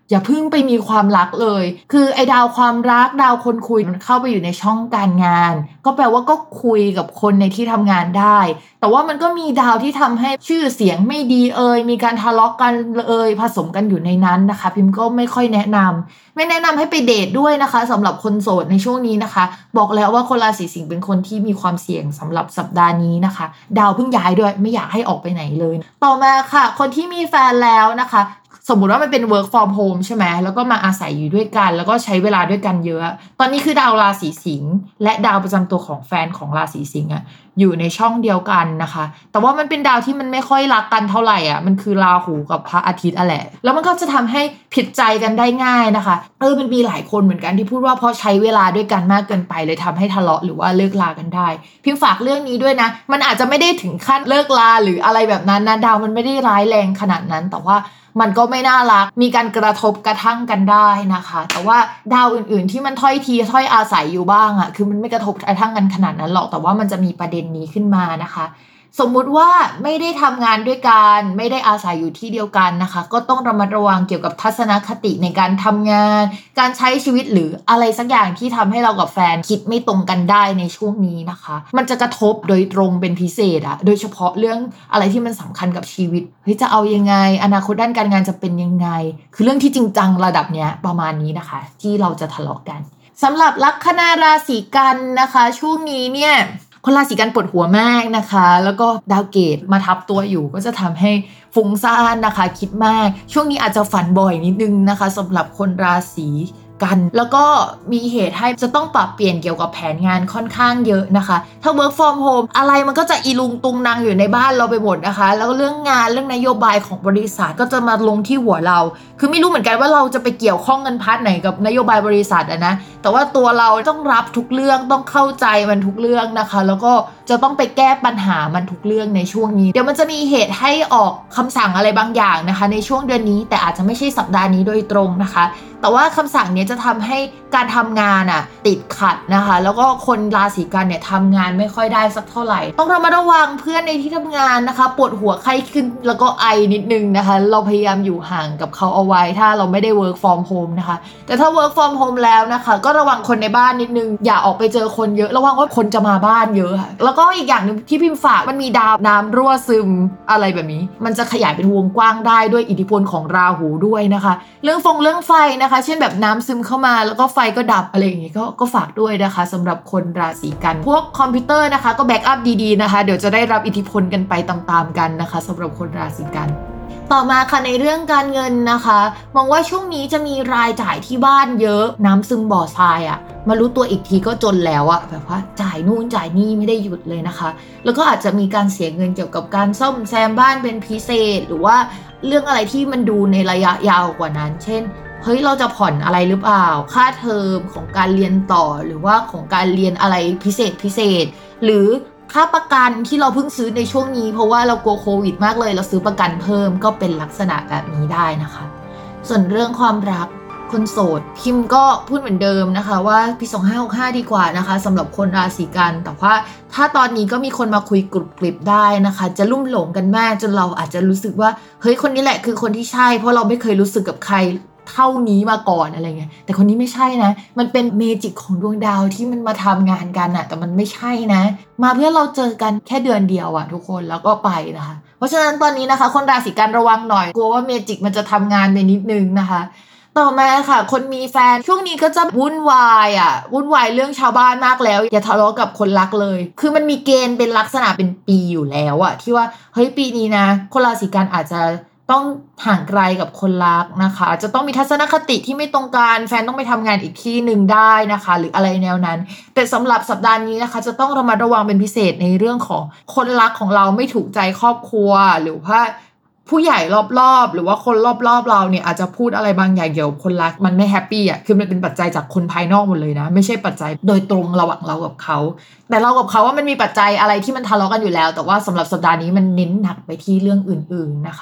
Speaker 4: อย่าเพิ่งไปมีความรักเลยคือไอ้ดาวความรักดาวคนคุยมันเข้าไปอยู่ในช่องการงานก็แปลว่าก็คุยกับคนในที่ทำงานได้แต่ว่ามันก็มีดาวที่ทำให้ชื่อเสียงไม่ดีมีการทะเลาะกันผสมกันอยู่ในนั้นนะคะพิมพ์ก็ไม่ค่อยแนะนำให้ไปเดทด้วยนะคะสำหรับคนโสดในช่วงนี้นะคะบอกแล้วว่าคนราศีสิงห์เป็นคนที่มีความเสี่ยงสำหรับสัปดาห์นี้นะคะดาวเพิ่งย้ายด้วยไม่อยากให้ออกไปไหนเลยต่อมาค่ะคนที่มีแฟนแล้วนะคะสมมุติว่ามันเป็น work from home ใช่ไหมแล้วก็มาอาศัยอยู่ด้วยกันแล้วก็ใช้เวลาด้วยกันเยอะตอนนี้คือดาวราศีสิงห์และดาวประจำตัวของแฟนของราศีสิงห์อยู่ในช่องเดียวกันนะคะแต่ว่ามันเป็นดาวที่มันไม่ค่อยรักกันเท่าไหร่มันคือราหูกับพระอาทิตย์แหละแล้วมันก็จะทำให้ผิดใจกันได้ง่ายนะคะมันมีหลายคนเหมือนกันที่พูดว่าเพราะใช้เวลาด้วยกันมากเกินไปเลยทำให้ทะเลาะหรือว่าเลิกลากันได้พิมฝากเรื่องนี้ด้วยนะมันอาจจะไม่ได้ถึงขั้นเลิกลาหรืออะไรแบบนั้นนะดาวมันไม่ได้ร้ายแรงขนาดนั้นแต่ว่ามันก็ไม่น่ารักมีการกระทบกระทั่งกันได้นะคะแต่ว่าดาวอื่นๆที่มันถ้อยทีถ้อยอาศัยอยู่บ้างคือมันไม่กระทบกระทั่งกันขนาดนั้นหรอกแต่ว่ามันจะมีประเด็นนี้ขึ้นมานะคะสมมุติว่าไม่ได้ทำงานด้วยกันไม่ได้อาศัยอยู่ที่เดียวกันนะคะก็ต้องระมัดระวังเกี่ยวกับทัศนคติในการทำงานการใช้ชีวิตหรืออะไรสักอย่างที่ทำให้เรากับแฟนคิดไม่ตรงกันได้ในช่วงนี้นะคะมันจะกระทบโดยตรงเป็นพิเศษโดยเฉพาะเรื่องอะไรที่มันสำคัญกับชีวิตจะเอายังไงอนาคตด้านการงานจะเป็นยังไงคือเรื่องที่จริงจังระดับเนี้ยประมาณนี้นะคะที่เราจะทะเลาะกันสำหรับลัคนาราศีกันนะคะช่วงนี้เนี่ยคนราศีกันปวดหัวมากนะคะแล้วก็ดาวเกตมาทับตัวอยู่ก็จะทำให้ฟุ้งซ่านนะคะคิดมากช่วงนี้อาจจะฝันบ่อยนิดนึงนะคะสำหรับคนราศีกันแล้วก็มีเหตุให้จะต้องปรับเปลี่ยนเกี่ยวกับแผนงานค่อนข้างเยอะนะคะถ้า work from home อะไรมันก็จะอีลุงตุงนางอยู่ในบ้านเราไปหมดนะคะแล้วเรื่องงานเรื่องนโยบายของบริษัทก็จะมาลงที่หัวเราคือไม่รู้เหมือนกันว่าเราจะไปเกี่ยวข้องกันพาร์ทไหนกับนโยบายบริษัทนะแต่ว่าตัวเราต้องรับทุกเรื่องต้องเข้าใจมันทุกเรื่องนะคะแล้วก็จะต้องไปแก้ปัญหามันทุกเรื่องในช่วงนี้เดี๋ยวมันจะมีเหตุให้ออกคำสั่งอะไรบางอย่างนะคะในช่วงเดือนนี้แต่อาจจะไม่ใช่สัปดาห์นี้โดยตรงนะคะแต่ว่าคำสั่งนี้จะทำให้การทำงานติดขัดนะคะแล้วก็คนราศีกันเนี่ยทำงานไม่ค่อยได้สักเท่าไหร่ต้องระมัดระวังเพื่อนในที่ทำงานนะคะปวดหัวไข้ขึ้นแล้วก็ไอนิดนึงนะคะเราพยายามอยู่ห่างกับเขาเอาไว้ถ้าเราไม่ได้ work from home นะคะแต่ถ้า work from home แล้วนะคะก็ระวังคนในบ้านนิดนึงอย่าออกไปเจอคนเยอะระวังว่าคนจะมาบ้านเยอะแล้วก็อีกอย่างนึงที่พิมพ์ฝากมันมีดาวน้ำรั่วซึมอะไรแบบนี้มันจะขยายเป็นวงกว้างได้ด้วยอิทธิพลของราหูด้วยนะคะเรื่องไฟนะคะเช่นแบบน้ำซึมเข้ามาแล้วก็ไฟก็ดับอะไรอย่างงี้ก็ฝากด้วยนะคะสำหรับคนราศีกันพวกคอมพิวเตอร์นะคะก็แบ็กอัพดีๆนะคะเดี๋ยวจะได้รับอิทธิพลกันไปตามๆกันนะคะสำหรับคนราศีกันต่อมาค่ะในเรื่องการเงินนะคะมองว่าช่วงนี้จะมีรายจ่ายที่บ้านเยอะน้ำซึมบ่อทรายมารู้ตัวอีกทีก็จนแล้วแบบว่าจ่ายนู่นจ่ายนี่ไม่ได้หยุดเลยนะคะแล้วก็อาจจะมีการเสียเงินเกี่ยวกับการซ่อมแซมบ้านเป็นพิเศษหรือว่าเรื่องอะไรที่มันดูในระยะยาวกว่านั้นเช่นเฮ้ยเราจะผ่อนอะไรหรือเปล่าค่าเทอมของการเรียนต่อหรือว่าของการเรียนอะไรพิเศษหรือค่าประกันที่เราเพิ่งซื้อในช่วงนี้เพราะว่าเรากลัวโควิดมากเลยเราซื้อประกันเพิ่มก็เป็นลักษณะแบบนี้ได้นะคะส่วนเรื่องความรักคนโสดพิมก็พูดเหมือนเดิมนะคะว่าปี2565ดีกว่านะคะสำหรับคนราศีกันแต่ว่าถ้าตอนนี้ก็มีคนมาคุยกรุบกริบได้นะคะจะลุ่มหลงกันมากจนเราอาจจะรู้สึกว่าเฮ้ยคนนี้แหละคือคนที่ใช่เพราะเราไม่เคยรู้สึกกับใครเท่านี้มาก่อนอะไรเงี้ยแต่คนนี้ไม่ใช่นะมันเป็นเมจิกของดวงดาวที่มันมาทำงานกันแต่มันไม่ใช่นะมาเพื่อเราเจอกันแค่เดือนเดียวทุกคนแล้วก็ไปนะคะเพราะฉะนั้นตอนนี้นะคะคนราศีกันระวังหน่อยกลัวว่าเมจิกมันจะทำงานไปนิดนึงนะคะต่อมาค่ะคนมีแฟนช่วงนี้ก็จะวุ่นวายเรื่องชาวบ้านมากแล้วอย่าทะเลาะกับคนรักเลยคือมันมีเกณฑ์เป็นลักษณะเป็นปีอยู่แล้วที่ว่าเฮ้ยปีนี้นะคนราศีกันอาจจะต้องห่างไกลกับคนรักนะคะจะต้องมีทัศนคติที่ไม่ตรงกันแฟนต้องไปทำงานอีกที่หนึ่งได้นะคะหรืออะไรแนวนั้นแต่สำหรับสัปดาห์นี้นะคะจะต้องระมัดระวังเป็นพิเศษในเรื่องของคนรักของเราไม่ถูกใจครอบครัวหรือว่าผู้ใหญ่รอบๆหรือว่าคนรอบๆเราเนี่ยอาจจะพูดอะไรบางอย่างเกี่ยวกับคนรักมันไม่แฮปปี้คือมันเป็นปัจจัยจากคนภายนอกหมดเลยนะไม่ใช่ปัจจัยโดยตรงระหว่างเรากับเขาแต่เรากับเขาว่ามันมีปัจจัยอะไรที่มันทะเลาะกันอยู่แล้วแต่ว่าสำหรับสัปดาห์นี้มันเน้นหนักไปที่เรื่องอื่นๆนะคะ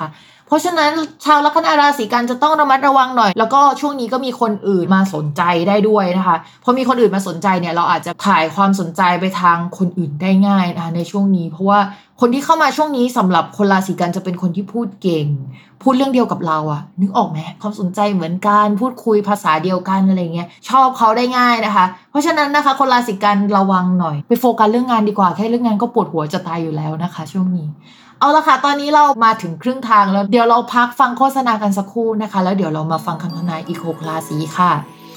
Speaker 4: เพราะฉะนั้นชาวลัคนาราศีกันจะต้องระมัดระวังหน่อยแล้วก็ช่วงนี้ก็มีคนอื่นมาสนใจได้ด้วยนะคะพอมีคนอื่นมาสนใจเนี่ยเราอาจจะถ่ายความสนใจไปทางคนอื่นได้ง่ายนะคะในช่วงนี้เพราะว่าคนที่เข้ามาช่วงนี้สำหรับคนราศีกันจะเป็นคนที่พูดเก่งพูดเรื่องเดียวกับเราอะนึกออกไหมความสนใจเหมือนกันพูดคุยภาษาเดียวกันอะไรเงี้ยชอบเขาได้ง่ายนะคะเพราะฉะนั้นนะคะคนราศีกันระวังหน่อยไปโฟกัสเรื่องงานดีกว่าแค่เรื่องงานก็ปวดหัวจะตายอยู่แล้วนะคะช่วงนี้เอาละค่ะตอนนี้เรามาถึงครึ่งทางแล้วเดี๋ยวเราพักฟังโฆษณากันสักครู่นะคะแล้วเดี๋ยวเรามาฟังคำทำนายอีก6ราศีค่ะ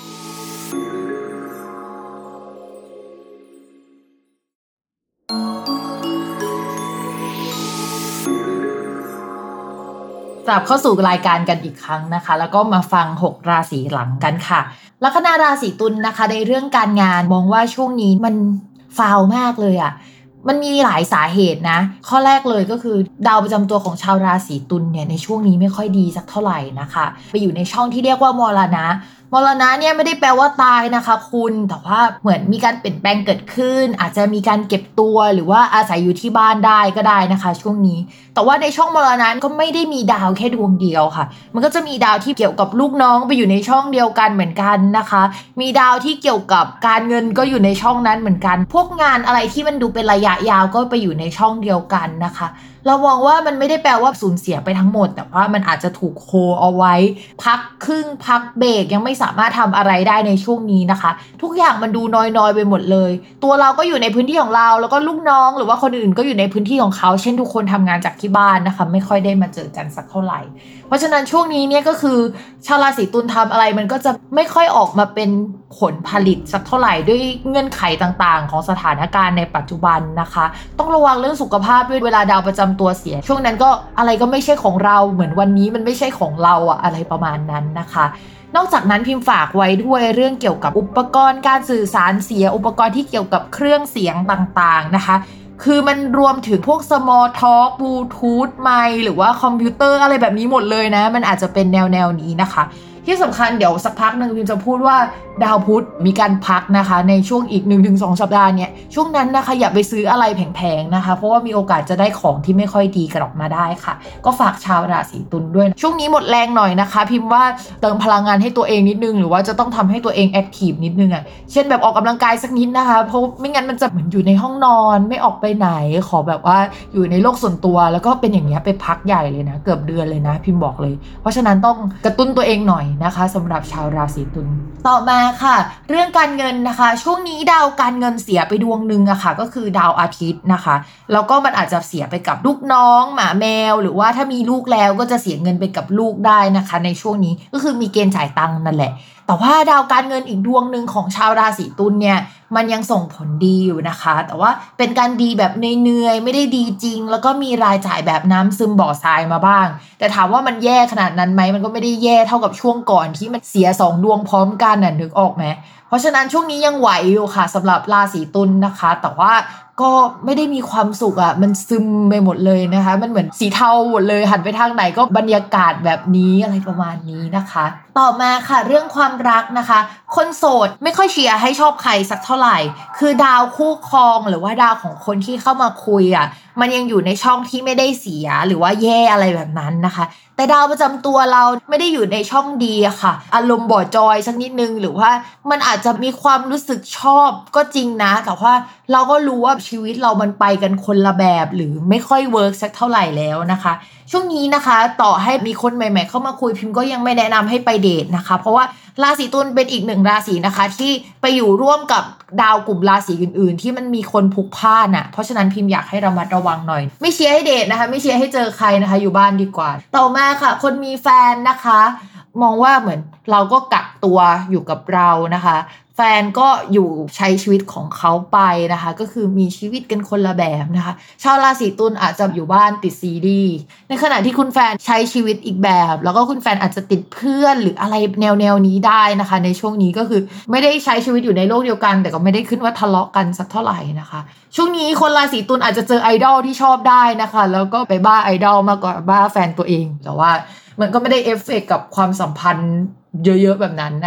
Speaker 4: กลับเข้าสู่รายการกันอีกครั้งนะคะแล้วก็มาฟัง6ราศีหลังกันค่ะลัคนาราศีตุลนะคะในเรื่องการงานมองว่าช่วงนี้มันฟาวมากเลยอ่ะมันมีหลายสาเหตุนะข้อแรกเลยก็คือดาวประจำตัวของชาวราศีตุลเนี่ยในช่วงนี้ไม่ค่อยดีสักเท่าไหร่นะคะไปอยู่ในช่องที่เรียกว่ามรณะเนี่ยไม่ได้แปลว่าตายนะคะคุณแต่ว่าเหมือนมีการเปลี่ยนแปลงเกิดขึ้นอาจจะมีการเก็บตัวหรือว่าอาศัยอยู่ที่บ้านได้ก็ได้นะคะช่วงนี้แต่ว่าในช่องมรณะก็ไม่ได้มีดาวแค่ดวงเดียวค่ะมันก็จะมีดาวที่เกี่ยวกับลูกน้องไปอยู่ในช่องเดียวกันเหมือนกันนะคะมีดาวที่เกี่ยวกับการเงินก็อยู่ในช่องนั้นเหมือนกันพวกงานอะไรที่มันดูเป็นระยะยาวก็ไปอยู่ในช่องเดียวกันนะคะเรามองว่ามันไม่ได้แปลว่าสูญเสียไปทั้งหมดแต่ว่ามันอาจจะถูกโคเอาไว้พักครึ่งพักเบรกยังไม่สามารถทำอะไรได้ในช่วงนี้นะคะทุกอย่างมันดูน้อยๆไปหมดเลยตัวเราก็อยู่ในพื้นที่ของเราแล้วก็ลูกน้องหรือว่าคนอื่นก็อยู่ในพื้นที่ของเขาเช่นทุกคนทำงานจากที่บ้านนะคะไม่ค่อยได้มาเจอกันสักเท่าไหร่เพราะฉะนั้นช่วงนี้เนี่ยก็คือชาวราศีตุลทำอะไรมันก็จะไม่ค่อยออกมาเป็นผลผลิตสักเท่าไหร่ด้วยเงื่อนไขต่างๆของสถานการณ์ในปัจจุบันนะคะต้องระวังเรื่องสุขภาพด้วยเวลาดาวประจำตัวเสียช่วงนั้นก็อะไรก็ไม่ใช่ของเราเหมือนวันนี้มันไม่ใช่ของเราอะอะไรประมาณนั้นนะคะนอกจากนั้นพิมพ์ฝากไว้ด้วยเรื่องเกี่ยวกับอุปกรณ์การสื่อสารเสียอุปกรณ์ที่เกี่ยวกับเครื่องเสียงต่างๆนะคะคือมันรวมถึงพวก small talk bluetooth ไมค์หรือว่าคอมพิวเตอร์อะไรแบบนี้หมดเลยนะมันอาจจะเป็นแนวนี้นะคะที่สำคัญเดี๋ยวสักพักนึงพิมจะพูดว่าดาวพุธมีการพักนะคะในช่วงอีก 1-2 สัปดาห์เนี่ยช่วงนั้นนะคะอย่าไปซื้ออะไรแพงๆนะคะเพราะว่ามีโอกาสจะได้ของที่ไม่ค่อยดีกลับมาได้ค่ะก็ฝากชาวราศีตุลด้วยช่วงนี้หมดแรงหน่อยนะคะพิมว่าเติมพลังงานให้ตัวเองนิดนึงหรือว่าจะต้องทำให้ตัวเองแอคทีฟนิดนึงอ่ะเช่นแบบออกกำลังกายสักนิดนะคะเพราะไม่งั้นมันจะเหมือนอยู่ในห้องนอนไม่ออกไปไหนขอแบบว่าอยู่ในโลกส่วนตัวแล้วก็เป็นอย่างเงี้ยไปพักใหญ่เลยนะเกือบเดือนเลยนะพิมบอกเลยเพราะฉะนั้นต้องกระตุ้นตัวเองหน่อยนะคะสำหรับชาวราศีตุลต่อมาค่ะเรื่องการเงินนะคะช่วงนี้ดาวการเงินเสียไปดวงนึงอะค่ะก็คือดาวอาทิตย์นะคะแล้วก็มันอาจจะเสียไปกับลูกน้องหมาแมวหรือว่าถ้ามีลูกแล้วก็จะเสียเงินไปกับลูกได้นะคะในช่วงนี้ก็คือมีเกณฑ์จ่ายตังค์นั่นแหละแต่ว่าดาวการเงินอีกดวงนึงของชาวราศีตุลเนี่ยมันยังส่งผลดีอยู่นะคะแต่ว่าเป็นการดีแบบเหนื่อยๆไม่ได้ดีจริงแล้วก็มีรายจ่ายแบบน้ำซึมบ่อทรายมาบ้างแต่ถามว่ามันแย่ขนาดนั้นไหมมันก็ไม่ได้แย่เท่ากับช่วงก่อนที่มันเสีย2ดวงพร้อมกันน่ะนึกออกไหมเพราะฉะนั้นช่วงนี้ยังไหวอยู่ค่ะสำหรับราศีตุลนะคะแต่ว่าก็ไม่ได้มีความสุขอ่ะมันซึมไปหมดเลยนะคะมันเหมือนสีเทาหมดเลยหันไปทางไหนก็บรรยากาศแบบนี้อะไรประมาณนี้นะคะต่อมาค่ะเรื่องความรักนะคะคนโสดไม่ค่อยเชียร์ให้ชอบใครสักเท่าไหร่คือดาวคู่ครองหรือว่าดาวของคนที่เข้ามาคุยอ่ะมันยังอยู่ในช่องที่ไม่ได้เสียหรือว่าแย่อะไรแบบนั้นนะคะแต่ดาวประจำตัวเราไม่ได้อยู่ในช่องดีอะค่ะอารมณ์บ่อจอยสักนิดนึงหรือว่ามันอาจจะมีความรู้สึกชอบก็จริงนะแต่ว่าเราก็รู้ว่าชีวิตเรามันไปกันคนละแบบหรือไม่ค่อยเวิร์กสักเท่าไหร่แล้วนะคะช่วงนี้นะคะต่อให้มีคนใหม่ๆเข้ามาคุยพิมพ์ก็ยังไม่แนะนำให้ไปเดทนะคะเพราะว่าราศีตุลเป็นอีกหนึ่งราศีนะคะที่ไปอยู่ร่วมกับดาวกลุ่มราศีอื่นๆที่มันมีคนพลุกพล่านอ่ะเพราะฉะนั้นพิมพ์อยากให้ระมัดระวังหน่อยไม่เชียร์ให้เดทนะคะไม่เชียร์ให้เจอใครนะคะอยู่บ้านดีกว่าต่อมาค่ะคนมีแฟนนะคะมองว่าเหมือนเราก็กักตัวอยู่กับเรานะคะแฟนก็อยู่ใช้ชีวิตของเขาไปนะคะก็คือมีชีวิตกันคนละแบบนะคะชาวราศีตุลอาจจะอยู่บ้านติดซีรีส์ในขณะที่คุณแฟนใช้ชีวิตอีกแบบแล้วก็คุณแฟนอาจจะติดเพื่อนหรืออะไรแนวนี้ได้นะคะในช่วงนี้ก็คือไม่ได้ใช้ชีวิตอยู่ในโลกเดียวกันแต่ก็ไม่ได้ขึ้นว่าทะเลาะกันสักเท่าไหร่นะคะช่วงนี้คนราศีตุลอาจจะเจอไอดอลที่ชอบได้นะคะแล้วก็ไปบ้าไอดอลมากกว่าบ้าแฟนตัวเองแต่ว่ามันก็ไม่ได้เอฟเฟกต์กับความสัมพันธ์เยอะๆแบบนั้นนะคะ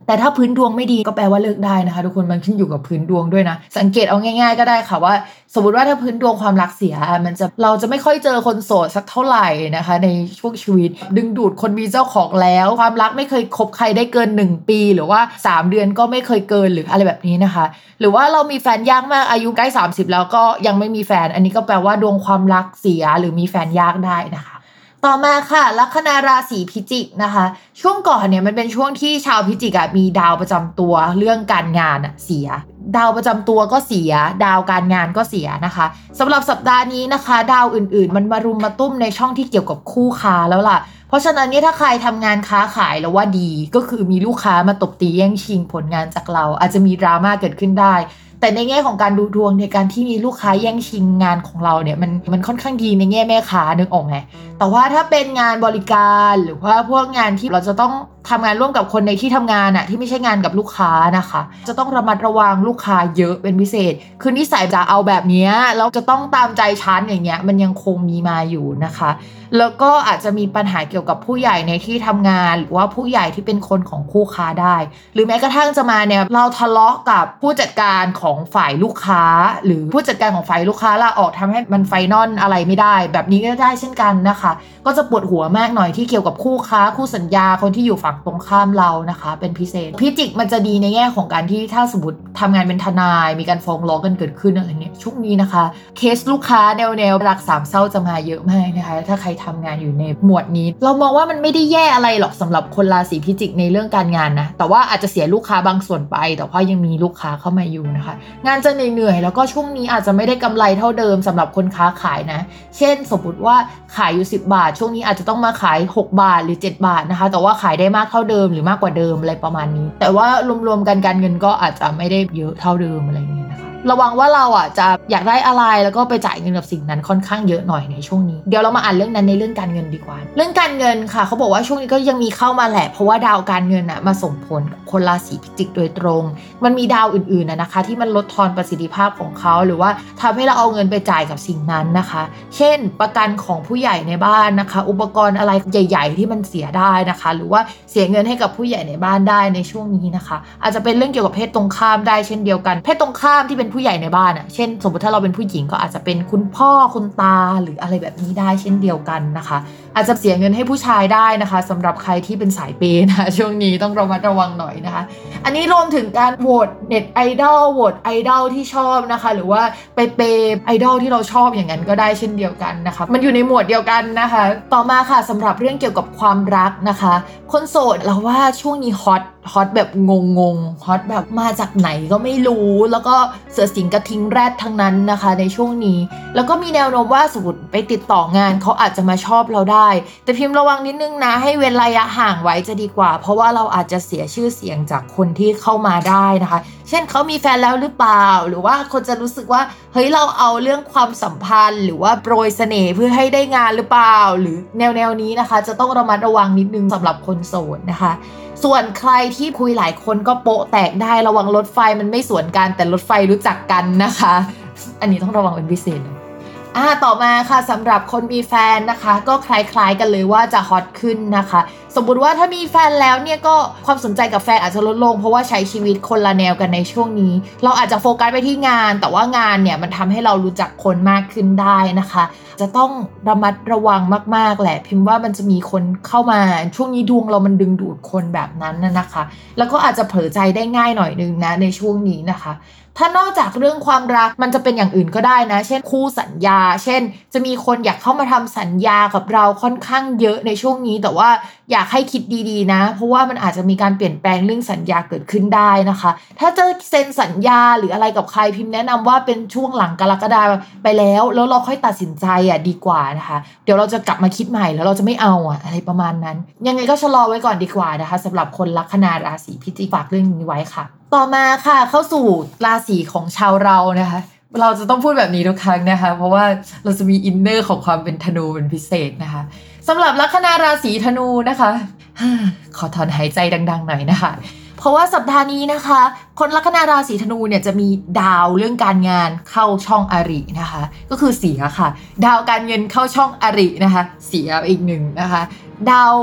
Speaker 4: แต่ถ้าพื้นดวงไม่ดีก็แปลว่าเลิกได้นะคะทุกคนมันขึ้นอยู่กับพื้นดวงด้วยนะสังเกตเอาง่ายๆก็ได้ค่ะว่าสมมติว่าถ้าพื้นดวงความรักเสียเราจะไม่ค่อยเจอคนโสดสักเท่าไหร่นะคะในช่วงชีวิตดึงดูดคนมีเจ้าของแล้วความรักไม่เคยคบใครได้เกิน1ปีหรือว่า3เดือนก็ไม่เคยเกินหรืออะไรแบบนี้นะคะหรือว่าเรามีแฟนยากมากอายุใกล้30แล้วก็ยังไม่มีแฟนอันนี้ก็แปลว่าดวงความรักเสียหรือมีแฟนยากได้นะคะต่อมาค่ะลัคนาราศีพิจิกนะคะช่วงก่อนเนี่ยมันเป็นช่วงที่ชาวพิจิกมีดาวประจำตัวเรื่องการงานเสียดาวประจำตัวก็เสียดาวการงานก็เสียนะคะสำหรับสัปดาห์นี้นะคะดาวอื่นๆมันมารุมมาตุ้มในช่องที่เกี่ยวกับคู่ค้าแล้วล่ะเพราะฉะนั้นนี่ถ้าใครทำงานค้าขายแล้วว่าดีก็คือมีลูกค้ามาตบตีแย่งชิงผลงานจากเราอาจจะมีดราม่าเกิดขึ้นได้แต่ในแง่ของการดูดวงในการที่มีลูกค้าแย่งชิงงานของเราเนี่ยมันค่อนข้างดีในแง่แม่ค้านึกออกไหมแต่ว่าถ้าเป็นงานบริการหรือว่าพวกงานที่เราจะต้องทำงานร่วมกับคนในที่ทำงานที่ไม่ใช่งานกับลูกค้านะคะจะต้องระมัดระวังลูกค้าเยอะเป็นพิเศษคือนิสัยจะเอาแบบนี้เราจะต้องตามใจชั้นอย่างเงี้ยมันยังคงมีมาอยู่นะคะแล้วก็อาจจะมีปัญหาเกี่ยวกับผู้ใหญ่ในที่ทำงานหรือว่าผู้ใหญ่ที่เป็นคนของคู่ค้าได้หรือแม้กระทั่งจะมาเนี่ยเราทะเลาะกับผู้จัดการของฝ่ายลูกค้าหรือผู้จัดการของฝ่ายลูกค้าลาออกทำให้มันไฟนอลอะไรไม่ได้แบบนี้ก็ได้เช่นกันนะคะก็จะปวดหัวมากหน่อยที่เกี่ยวกับคู่ค้าคู่สัญญาคนที่อยู่ฝั่งตรงข้ามเรานะคะเป็นพิเศษพิจิกมันจะดีในแง่ของการที่ถ้าสมมติทำงานเป็นทนายมีการฟ้องร้องกันเกิดขึ้นอะไรเงี้ยช่วงนี้นะคะเคสลูกค้าแนวรักสามเศร้าจะมาเยอะมากนะคะถ้าใครทำงานอยู่ในหมวดนี้เรามองว่ามันไม่ได้แย่อะไรหรอกสำหรับคนราศีพิจิกในเรื่องการงานนะแต่ว่าอาจจะเสียลูกค้าบางส่วนไปแต่ว่ายังมีลูกค้าเข้ามาอยู่นะคะงานจะเหนื่อยแล้วก็ช่วงนี้อาจจะไม่ได้กำไรเท่าเดิมสำหรับคนค้าขายนะเช่นสมมติว่าขายอยู่10 บาทช่วงนี้อาจจะต้องมาขาย6 บาทหรือ7 บาทนะคะแต่ว่าขายได้มากเท่าเดิมหรือมากกว่าเดิมอะไรประมาณนี้แต่ว่ารวมๆกันการเงินก็อาจจะไม่ได้เยอะเท่าเดิมอะไรอย่างเงี้ยนะคะระวังว่าเราจะอยากได้อะไรแล้วก็ไปจ่ายเงินกับสิ่งนั้นค่อนข้างเยอะหน่อยในช่วงนี้เดี๋ยวเรามาอ่านเรื่องนั้นในเรื่องการเงินดีกว่าเรื่องการเงินค่ะเขาบอกว่าช่วงนี้ก็ยังมีเข้ามาแหละเพราะว่าดาวการเงินมาส่งผลกับคนราศีพิจิกโดยตรงมันมีดาวอื่นๆนะคะที่มันลดทอนประสิทธิภาพของเขาหรือว่าทำให้เราเอาเงินไปจ่ายกับสิ่งนั้นนะคะเช่นประกันของผู้ใหญ่ในบ้านนะคะอุปกรณ์อะไรใหญ่ๆที่มันเสียได้นะคะหรือว่าเสียเงินให้กับผู้ใหญ่ในบ้านได้ในช่วงนี้นะคะอาจจะเป็นเรื่องเกี่ยวกับเพศตรงข้ามได้เช่นเดียวกันเพศตรงข้ามที่เป็นผู้ใหญ่ในบ้านเช่นสมมติถ้าเราเป็นผู้หญิงก็อาจจะเป็นคุณพ่อคุณตาหรืออะไรแบบนี้ได้เช่นเดียวกันนะคะอาจจะเสียเงินให้ผู้ชายได้นะคะสำหรับใครที่เป็นสายเปย์นะช่วงนี้ต้องระมัดระวังหน่อยนะคะอันนี้รวมถึงการโหวตเน็ตไอดอลโหวตไอดอลที่ชอบนะคะหรือว่าไปเปย์ไอดอลที่เราชอบอย่างนั้นก็ได้เช่นเดียวกันนะคะมันอยู่ในหมวดเดียวกันนะคะต่อมาค่ะสำหรับเรื่องเกี่ยวกับความรักนะคะคนโสดเราว่าช่วงนี้ฮอตแบบงงฮอตแบบมาจากไหนก็ไม่รู้แล้วก็เสือสิงกระทิงแรดทั้งนั้นนะคะในช่วงนี้แล้วก็มีแนวโน้มว่าสมมติไปติดต่องานเขาอาจจะมาชอบเราได้แต่พิมพ์ระวังนิดนึงนะให้เว้นระยะห่างไว้จะดีกว่าเพราะว่าเราอาจจะเสียชื่อเสียงจากคนที่เข้ามาได้นะคะเช่นเขามีแฟนแล้วหรือเปล่าหรือว่าคนจะรู้สึกว่าเฮ้ยเราเอาเรื่องความสัมพันธ์หรือว่าโปรยเสน่ห์เพื่อให้ได้งานหรือเปล่าหรือแนวนี้นะคะจะต้องระมัดระวังนิดนึงสำหรับคนโสดนะคะส่วนใครที่คุยหลายคนก็โปะแตกได้ระวังรถไฟมันไม่สวนกันแต่รถไฟรู้จักกันนะคะอันนี้ต้องระวังเป็นพิเศษต่อมาค่ะสำหรับคนมีแฟนนะคะก็คล้ายๆกันเลยว่าจะฮอตขึ้นนะคะสมมุติว่าถ้ามีแฟนแล้วเนี่ยก็ความสนใจกับแฟนอาจจะลดลงเพราะว่าใช้ชีวิตคนละแนวกันในช่วงนี้เราอาจจะโฟกัสไปที่งานแต่ว่างานเนี่ยมันทำให้เรารู้จักคนมากขึ้นได้นะคะจะต้องระมัดระวังมากๆแหละพิมพ์ว่ามันจะมีคนเข้ามาช่วงนี้ดวงเรามันดึงดูดคนแบบนั้นนะคะแล้วก็อาจจะเผลอใจได้ง่ายหน่อยนึงนะในช่วงนี้นะคะถ้านอกจากเรื่องความรักมันจะเป็นอย่างอื่นก็ได้นะเช่นคู่สัญญาเช่นจะมีคนอยากเข้ามาทำสัญญากับเราค่อนข้างเยอะในช่วงนี้แต่ว่าอยากให้คิดดีๆนะเพราะว่ามันอาจจะมีการเปลี่ยนแปลงเรื่องสัญญาเกิดขึ้นได้นะคะถ้าจะเซ็นสัญญาหรืออะไรกับใครพิมพ์แนะนำว่าเป็นช่วงหลังกรกฎาคมไปแล้วเราค่อยตัดสินใจดีกว่านะคะเดี๋ยวเราจะกลับมาคิดใหม่แล้วเราจะไม่เอาอะไรประมาณนั้นยังไงก็ชะลอไว้ก่อนดีกว่านะคะสำหรับคนลัคนาราศีพิจิกฝากเรื่องนี้ไว้ค่ะต่อมาค่ะเข้าสู่ราศีของชาวเรานะคะเราจะต้องพูดแบบนี้ทุกครั้งนะคะเพราะว่าเราจะมีอินเนอร์ของความเป็นธนูเป็นพิเศษนะคะสำหรับลัคนาราศีธนูนะคะขอถอนหายใจดังๆหน่อยนะคะเพราะว่าสัปดาห์นี้นะคะคนลัคนาราศีธนูเนี่ยจะมีดาวเรื่องการงานเข้าช่องอรินะคะก็คือเสียค่ะดาวการเงินเข้าช่องอรินะคะเสียอีกหนึ่งนะคะดาว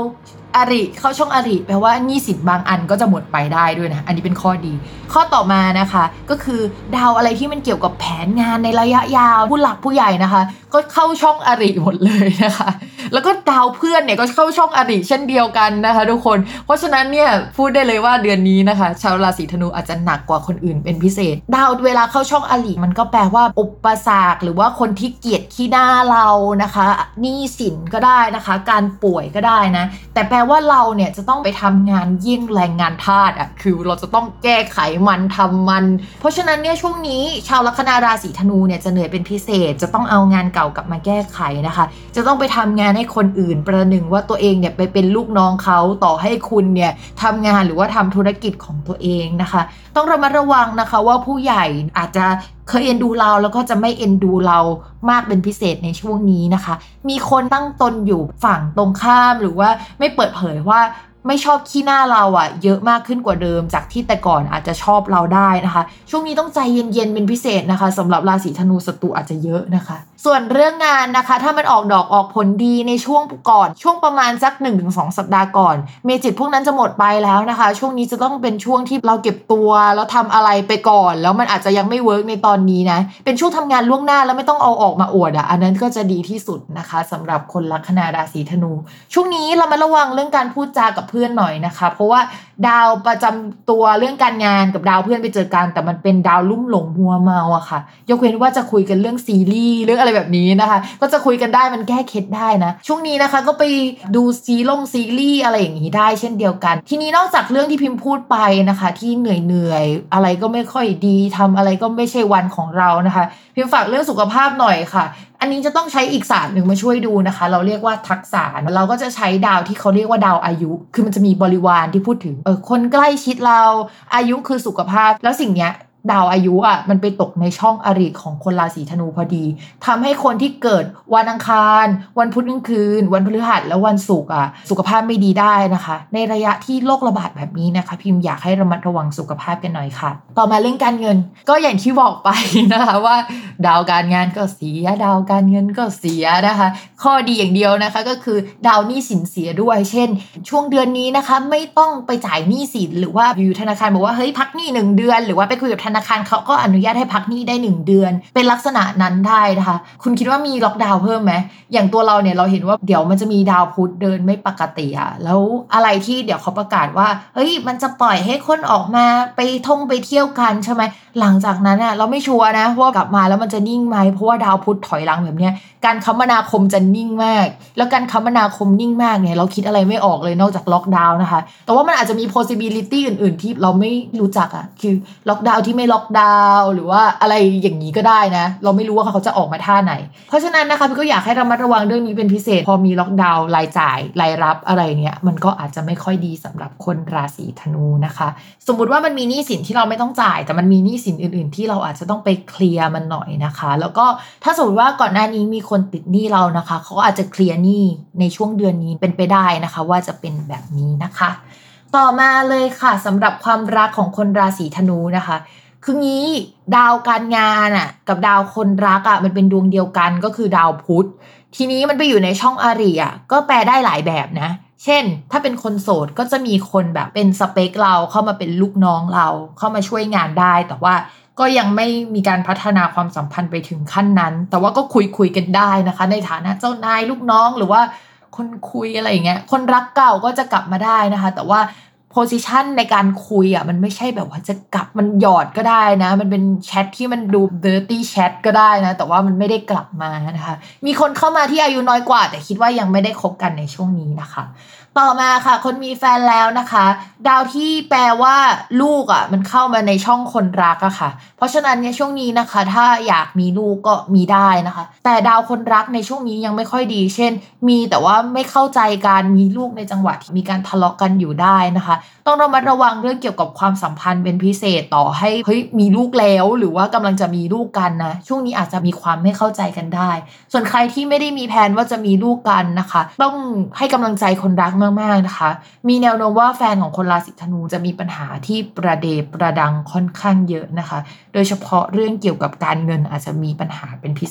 Speaker 4: อริเข้าช่องอริแปลว่าหนี้สินบางอันก็จะหมดไปได้ด้วยนะอันนี้เป็นข้อดีข้อต่อมานะคะก็คือดาวอะไรที่มันเกี่ยวกับแผนงานในระยะยาวผู้หลักผู้ใหญ่นะคะก็เข้าช่องอริหมดเลยนะคะแล้วก็ดาวเพื่อนเนี่ยก็เข้าช่องอริเช่นเดียวกันนะคะทุกคนเพราะฉะนั้นเนี่ยพูดได้เลยว่าเดือนนี้นะคะชาวราศีธนูอาจจะหนักกว่าคนอื่นเป็นพิเศษดาวเวลาเข้าช่องอริมันก็แปลว่าอุปสรรคหรือว่าคนที่เกลียดขี้หน้าเรานะคะหนี้สินก็ได้นะคะการป่วยก็ได้นะแต่แปลว่าเราเนี่ยจะต้องไปทำงานยิ่งแรงงานทาสอ่ะคือเราจะต้องแก้ไขมันทำมันเพราะฉะนั้นเนี่ยช่วงนี้ชาวลัคนาราศีธนูเนี่ยจะเหนื่อยเป็นพิเศษจะต้องเอางานเก่ากลับมาแก้ไขนะคะจะต้องไปทำงานให้คนอื่นประหนึ่งว่าตัวเองเนี่ยไปเป็นลูกน้องเขาต่อให้คุณเนี่ยทำงานหรือว่าทำธุรกิจของตัวเองนะคะต้องระมัดระวังนะคะว่าผู้ใหญ่อาจจะเคยเอ็นดูเราแล้วก็จะไม่เอ็นดูเรามากเป็นพิเศษในช่วงนี้นะคะมีคนตั้งตนอยู่ฝั่งตรงข้ามหรือว่าไม่เปิดเผยว่าไม่ชอบขี้หน้าเราอ่ะเยอะมากขึ้นกว่าเดิมจากที่แต่ก่อนอาจจะชอบเราได้นะคะช่วงนี้ต้องใจเย็นๆเป็นพิเศษนะคะสำหรับราศีธนูศัตรูอาจจะเยอะนะคะส่วนเรื่องงานนะคะถ้ามันออกดอกออกผลดีในช่วงก่อนช่วงประมาณสัก 1-2 สัปดาห์ก่อนเมจิกพวกนั้นจะหมดไปแล้วนะคะช่วงนี้จะต้องเป็นช่วงที่เราเก็บตัวแล้วทำอะไรไปก่อนแล้วมันอาจจะยังไม่เวิร์กในตอนนี้นะเป็นช่วงทำงานล่วงหน้าแล้วไม่ต้องเอาออกมาอวดอันนั้นก็จะดีที่สุดนะคะสำหรับคนลัคนาราศีธนูช่วงนี้เรามาระวังเรื่องการพูดจากับเพื่อนหน่อยนะคะเพราะว่าดาวประจำตัวเรื่องการงานกับดาวเพื่อนไปเจอกันแต่มันเป็นดาวลุ่มหลงมัวเมาอะค่ะยกเว้นว่าจะคุยกันเรื่องซีรีส์เรื่องอะไรแบบนี้นะคะก็จะคุยกันได้มันแก้เคล็ดได้นะช่วงนี้นะคะก็ไปดูซีรีส์อะไรอย่างนี้ได้เช่นเดียวกันทีนี้นอกจากเรื่องที่พิมพ์พูดไปนะคะที่เหนื่อยอะไรก็ไม่ค่อยดีทำอะไรก็ไม่ใช่วันของเรานะคะพิมพ์ฝากเรื่องสุขภาพหน่อยค่ะอันนี้จะต้องใช้อีกศาสตร์หนึ่งมาช่วยดูนะคะเราเรียกว่าทักษะเราก็จะใช้ดาวที่เขาเรียกว่าดาวอายุคือมันจะมีบริวารที่พูดถึงคนใกล้ชิดเราอายุคือสุขภาพแล้วสิ่งเนี้ยดาวอายุอ่ะมันไปตกในช่องอริของคนราศีธนูพอดีทำให้คนที่เกิดวันอังคารวันพุธกลางคืนวันพฤหัสและวันศุกร์อ่ะสุขภาพไม่ดีได้นะคะในระยะที่โรคระบาดแบบนี้นะคะพิมพ์อยากให้ระมัดระวังสุขภาพกันหน่อยค่ะต่อมาเรื่องการเงินก็อย่างที่บอกไปนะคะว่าดาวการงานก็เสียดาวการเงินก็เสียนะคะข้อดีอย่างเดียวนะคะก็คือดาวหนี้สินเสียด้วยเช่นช่วงเดือนนี้นะคะไม่ต้องไปจ่ายหนี้สินหรือว่าอยู่ธนาคารบอกว่าเฮ้ยพักหนี้1เดือนหรือว่าไปคุยกับธนาคารเขาก็อนุญาตให้พักหนี้ได้1เดือนเป็นลักษณะนั้นได้นะคะคุณคิดว่ามีล็อกดาวน์เพิ่มไหมอย่างตัวเราเนี่ยเราเห็นว่าเดี๋ยวมันจะมีดาวพุธเดินไม่ปกติอะแล้วอะไรที่เดี๋ยวเขาประกาศว่าเฮ้ยมันจะปล่อยให้คนออกมาไปเที่ยวกันใช่ไหมหลังจากนั้นอะเราไม่ชัวร์นะว่ากลับมาแล้วมันจะนิ่งไหมเพราะว่าดาวพุธถอยหลังแบบเนี้ยการคมนาคมจะนิ่งมากแล้วการคมนาคมนิ่งมากเนี่ยเราคิดอะไรไม่ออกเลยนอกจากล็อกดาวน์นะคะแต่ว่ามันอาจจะมี possibility อื่นๆที่เราไม่รู้จักอะคือล็อกดาวน์ที่ไม่ล็อกดาวน์หรือว่าอะไรอย่างนี้ก็ได้นะเราไม่รู้ว่าเขาจะออกมาท่าไหนเพราะฉะนั้นนะคะพี่ก็อยากให้ระมัดระวังเรื่องนี้เป็นพิเศษพอมีล็อกดาวน์รายจ่ายรายรับอะไรเนี่ยมันก็อาจจะไม่ค่อยดีสำหรับคนราศีธนูนะคะสมมุติว่ามันมีหนี้สินที่เราไม่ต้องจ่ายแต่มันมีหนี้สินอื่นๆที่เราอาจจะต้องไปเคลียร์มันหน่อยนะคะแล้วก็ถ้าสมมติว่าก่อนหน้านี้มีคนติดหนี้เรานะคะเขาอาจจะเคลียร์หนี้ในช่วงเดือนนี้เป็นไปได้นะคะว่าจะเป็นแบบนี้นะคะต่อมาเลยค่ะสำหรับความรักของคนราศีธนูนะคะคืองี้ดาวการงานอ่ะกับดาวคนรักอ่ะมันเป็นดวงเดียวกันก็คือดาวพุธทีนี้มันไปอยู่ในช่องอริอ่ะก็แปลได้หลายแบบนะเช่นถ้าเป็นคนโสดก็จะมีคนแบบเป็นสเปคเราเข้ามาเป็นลูกน้องเราเข้ามาช่วยงานได้แต่ว่าก็ยังไม่มีการพัฒนาความสัมพันธ์ไปถึงขั้นนั้นแต่ว่าก็คุยกันได้นะคะในฐานะเจ้านายลูกน้องหรือว่าคนคุยอะไรอย่างเงี้ยคนรักเก่าก็จะกลับมาได้นะคะแต่ว่าโพสิชันในการคุยอ่ะมันไม่ใช่แบบว่าจะกลับมันหยอดก็ได้นะมันเป็นแชทที่มันดู dirty chat ก็ได้นะแต่ว่ามันไม่ได้กลับมานะคะมีคนเข้ามาที่อายุน้อยกว่าแต่คิดว่ายังไม่ได้คบกันในช่วงนี้นะคะต่อมาค่ะคนมีแฟนแล้วนะคะดาวที่แปลว่าลูกอ่ะมันเข้ามาในช่องคนรักอะค่ะเพราะฉะนั้นเนี่ยช่วงนี้นะคะถ้าอยากมีลูกก็มีได้นะคะแต่ดาวคนรักในช่วงนี้ยังไม่ค่อยดีเช่นมีแต่ว่าไม่เข้าใจการมีลูกในจังหวะที่มีการทะเลาะกันอยู่ได้นะคะต้องระมัดระวังเรื่องเกี่ยวกับความสัมพันธ์เป็นพิเศษต่อให้เฮ้ยมีลูกแล้วหรือว่ากำลังจะมีลูกกันนะช่วงนี้อาจจะมีความไม่เข้าใจกันได้ส่วนใครที่ไม่ได้มีแผนว่าจะมีลูกกันนะคะต้องให้กำลังใจคนรักมากๆนะคะมีแนวโน้มว่าแฟนของคนราศีธนูจะมีปัญหาที่ประเดประดังค่อนข้างเยอะนะคะโดยเฉพาะเรื่องเกี่ยวกับการเงินอาจจะมีปัญหาเป็นพิเศษ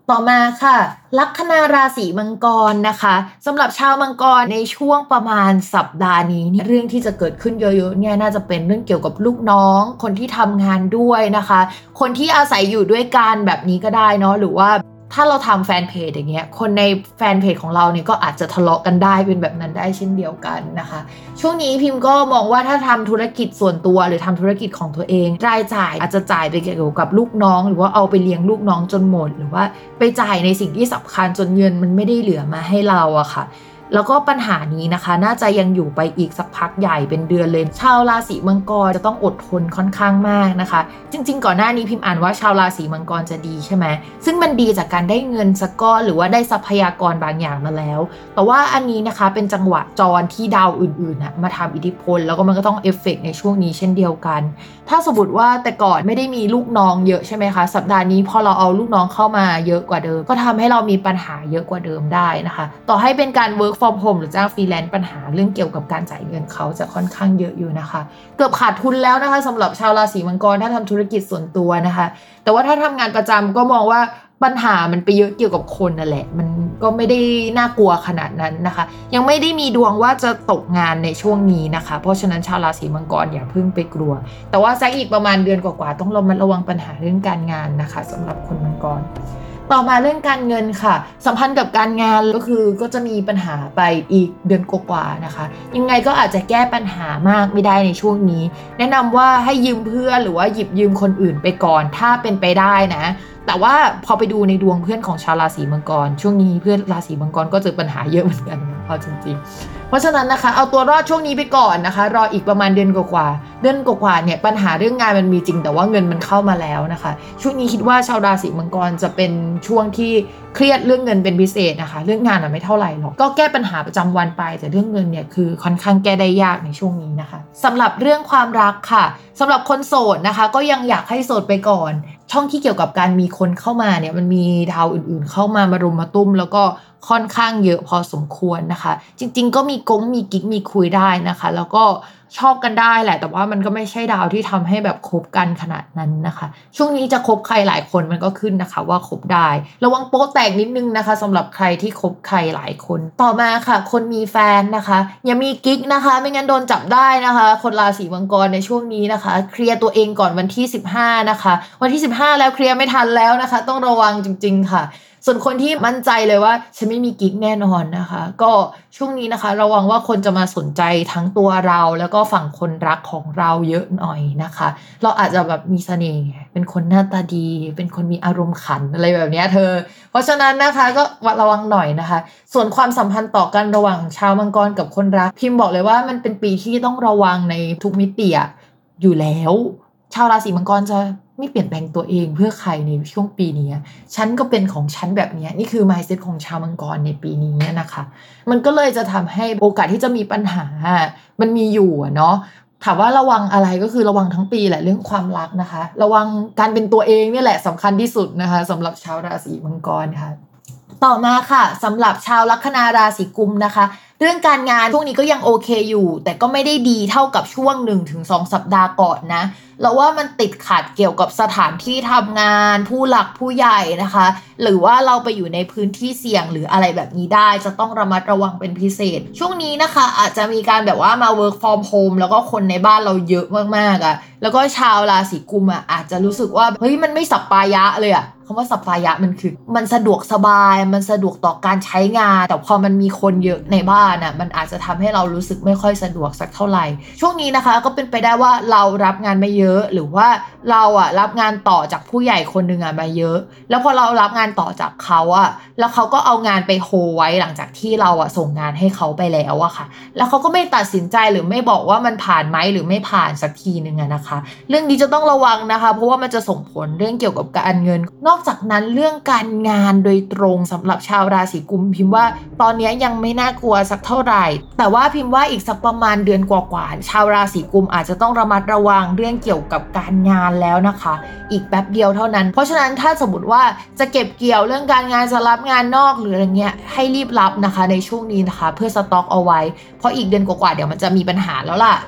Speaker 4: ต่อมาค่ะลัคนาราศีมังกรนะคะสำหรับชาวมังกรในช่วงประมาณสัปดาห์นี้เรื่องที่จะเกิดขึ้นเยอะๆเนี่ยน่าจะเป็นเรื่องเกี่ยวกับลูกน้องคนที่ทำงานด้วยนะคะคนที่อาศัยอยู่ด้วยกันแบบนี้ก็ได้เนาะหรือว่าถ้าเราทำแฟนเพจอย่างเงี้ยคนในแฟนเพจของเราเนี่ยก็อาจจะทะเลาะกันได้เป็นแบบนั้นได้เช่นเดียวกันนะคะช่วงนี้พิมพ์ก็มองว่าถ้าทำธุรกิจส่วนตัวหรือทำธุรกิจของตัวเองรายจ่ายอาจจะจ่ายไปเกี่ยวกับลูกน้องหรือว่าเอาไปเลี้ยงลูกน้องจนหมดหรือว่าไปจ่ายในสิ่งที่สำคัญจนเงินมันไม่ได้เหลือมาให้เราอะค่ะแล้วก็ปัญหานี้นะคะน่าจะยังอยู่ไปอีกสักพักใหญ่เป็นเดือนเลยชาวราศีมังกรจะต้องอดทนค่อนข้างมากนะคะจริงๆก่อนหน้านี้พิมพ์อ่านว่าชาวราศีมังกรจะดีใช่ไหมซึ่งมันดีจากการได้เงินสักก้อนหรือว่าได้ทรัพยากรบางอย่างมาแล้วแต่ว่าอันนี้นะคะเป็นจังหวะจรที่ดาวอื่นๆมาทำอิทธิพลแล้วก็มันก็ต้องเอฟเฟกต์ในช่วงนี้เช่นเดียวกันถ้าสมมติว่าแต่ก่อนไม่ได้มีลูกน้องเยอะใช่ไหมคะสัปดาห์นี้พอเราเอาลูกน้องเข้ามาเยอะกว่าเดิมก็ทำให้เรามีปัญหาเยอะกว่าเดิมได้นะคะต่อให้เป็นการ work from home หรือจ้างฟรีแลนซ์ปัญหาเรื่องเกี่ยวกับการจ่ายเงินเขาจะค่อนข้างเยอะอยู่นะคะเกือบขาดทุนแล้วนะคะสำหรับชาวราศีมังกรถ้าทำธุรกิจส่วนตัวนะคะแต่ว่าถ้าทำงานประจำก็มองว่าปัญหามันไปเยอะเกี่ยวกับคนนั่นแหละมันก็ไม่ได้น่ากลัวขนาดนั้นนะคะยังไม่ได้มีดวงว่าจะตกงานในช่วงนี้นะคะเพราะฉะนั้นชาวราศีมังกรอย่าเพิ่งไปกลัวแต่ว่าสักอีกประมาณเดือนกว่าๆต้องระวังปัญหาเรื่องการงานนะคะสำหรับคนมังกรต่อมาเรื่องการเงินค่ะสัมพันธ์กับการงานก็จะมีปัญหาไปอีกเดือนกว่าๆนะคะยังไงก็อาจจะแก้ปัญหามากไม่ได้ในช่วงนี้แนะนำว่าให้ยืมเพื่อนหรือว่าหยิบยืมคนอื่นไปก่อนถ้าเป็นไปได้นะแต่ว่าพอไปดูในดวงเพื่อนของชาวราศีมังกรช่วงนี้เพื่อนราศีมังกรก็เจอปัญหาเยอะเหมือนกันนะเอาจริงๆเพราะฉะนั้นนะคะเอาตัวรอดช่วงนี้ไปก่อนนะคะรออีกประมาณเดือนกว่าเนี่ยปัญหาเรื่องงานมันมีจริงแต่ว่าเงินมันเข้ามาแล้วนะคะช่วงนี้คิดว่าชาวราศีมังกรจะเป็นช่วงที่เครียดเรื่องเงินเป็นพิเศษนะคะเรื่องงานไม่เท่าไหร่หรอกก็แก้ปัญหาประจำวันไปแต่เรื่องเงินเนี่ยคือค่อนข้างแก้ได้ยากในช่วงนี้นะคะสำหรับเรื่องความรักค่ะสำหรับคนโสดนะคะก็ยังอยากให้โสดไปก่อนช่องที่เกี่ยวกับการมีคนเข้ามาเนี่ยมันมีดาวอื่นๆเข้ามารุมมาตุ้มแล้วก็ค่อนข้างเยอะพอสมควรนะคะจริงๆก็มีกิ๊กมีคุยได้นะคะแล้วก็ชอบกันได้แหละแต่ว่ามันก็ไม่ใช่ดาวที่ทำให้แบบคบกันขนาดนั้นนะคะช่วงนี้จะคบใครหลายคนมันก็ขึ้นนะคะว่าคบได้ระวังโป๊ะแตกนิดนึงนะคะสำหรับใครที่คบใครหลายคนต่อมาค่ะคนมีแฟนนะคะอย่ามีกิ๊กนะคะไม่งั้นโดนจับได้นะคะคนราศีมังกรในช่วงนี้นะคะเคลียร์ตัวเองก่อนวันที่15นะคะวันที่15แล้วเคลียร์ไม่ทันแล้วนะคะต้องระวังจริงๆค่ะส่วนคนที่มั่นใจเลยว่าฉันไม่มีกิ๊กแน่นอนนะคะก็ช่วงนี้นะคะระวังว่าคนจะมาสนใจทั้งตัวเราแล้วก็ฝั่งคนรักของเราเยอะหน่อยนะคะเราอาจจะแบบมีเสน่ห์เป็นคนหน้าตาดีเป็นคนมีอารมณ์ขันอะไรแบบนี้เธอเพราะฉะนั้นนะคะก็ระวังหน่อยนะคะส่วนความสัมพันธ์ต่อกันระหว่างชาวมังกรกับคนรักพิมพ์บอกเลยว่ามันเป็นปีที่ต้องระวังในทุกมิติอยู่แล้วชาวราศีมังกรจะไม่เปลี่ยนแปลงตัวเองเพื่อใครในช่วงปีนี้ฉันก็เป็นของฉันแบบนี้นี่คือ mindset ของชาวมังกรในปีนี้นะคะมันก็เลยจะทำให้โอกาสที่จะมีปัญหามันมีอยู่เนาะถามว่าระวังอะไรก็คือระวังทั้งปีแหละเรื่องความรักนะคะระวังการเป็นตัวเองนี่แหละสำคัญที่สุดนะคะสำหรับชาวราศีมังกรค่ะต่อมาค่ะสำหรับชาวลัคนาราศีกุมนะคะเรื่องการงานช่วงนี้ก็ยังโอเคอยู่แต่ก็ไม่ได้ดีเท่ากับช่วง 1-2 สัปดาห์ก่อนนะเราว่ามันติดขัดเกี่ยวกับสถานที่ทำงานผู้หลักผู้ใหญ่นะคะหรือว่าเราไปอยู่ในพื้นที่เสี่ยงหรืออะไรแบบนี้ได้จะต้องระมัดระวังเป็นพิเศษช่วงนี้นะคะอาจจะมีการแบบว่ามา work from home แล้วก็คนในบ้านเราเยอะมากๆแล้วก็ชาวราศีกุมอาจจะรู้สึกว่าเฮ้ยมันไม่สัปปายะเลยคำว่าสัปปายะมันคือมันสะดวกสบายมันสะดวกต่อการใช้งานแต่พอมันมีคนเยอะในบ้านมันอาจจะทำให้เรารู้สึกไม่ค่อยสะดวกสักเท่าไหร่ช่วงนี้นะคะก็เป็นไปได้ว่าเรารับงานไม่เยอะหรือว่าเรารับงานต่อจากผู้ใหญ่คนนึงมาเยอะแล้วพอเรารับงานต่อจากเขาแล้วเขาก็เอางานไปโฮไว้หลังจากที่เราส่งงานให้เขาไปแล้วค่ะแล้วเขาก็ไม่ตัดสินใจหรือไม่บอกว่ามันผ่านไหมหรือไม่ผ่านสักทีนึงนะคะเรื่องนี้จะต้องระวังนะคะเพราะว่ามันจะส่งผลเรื่องเกี่ยวกับการเงินนอกจากนั้นเรื่องการงานโดยตรงสำหรับชาวราศีกุมพิมพ์ว่าตอนนี้ยังไม่น่ากลัวสักเท่าไหร่แต่ว่าพิมพ์ว่าอีกสักประมาณเดือนกว่าๆชาวราศีกุมอาจจะต้องระมัดระวังเรื่องเกี่ยวกับการงานแล้วนะคะอีกแป๊บเดียวเท่านั้นเพราะฉะนั้นถ้าสมมติว่าจะเก็บเกี่ยวเรื่องการงานจะรับงานนอกหรืออะไรเงี้ยให้รีบรับนะคะในช่วงนี้นะคะเพื่อสต็อกเอาไว้เพราะอีกเดือนกว่าๆเดี๋ยวมันจะมีปัญหาแล้วล่ะ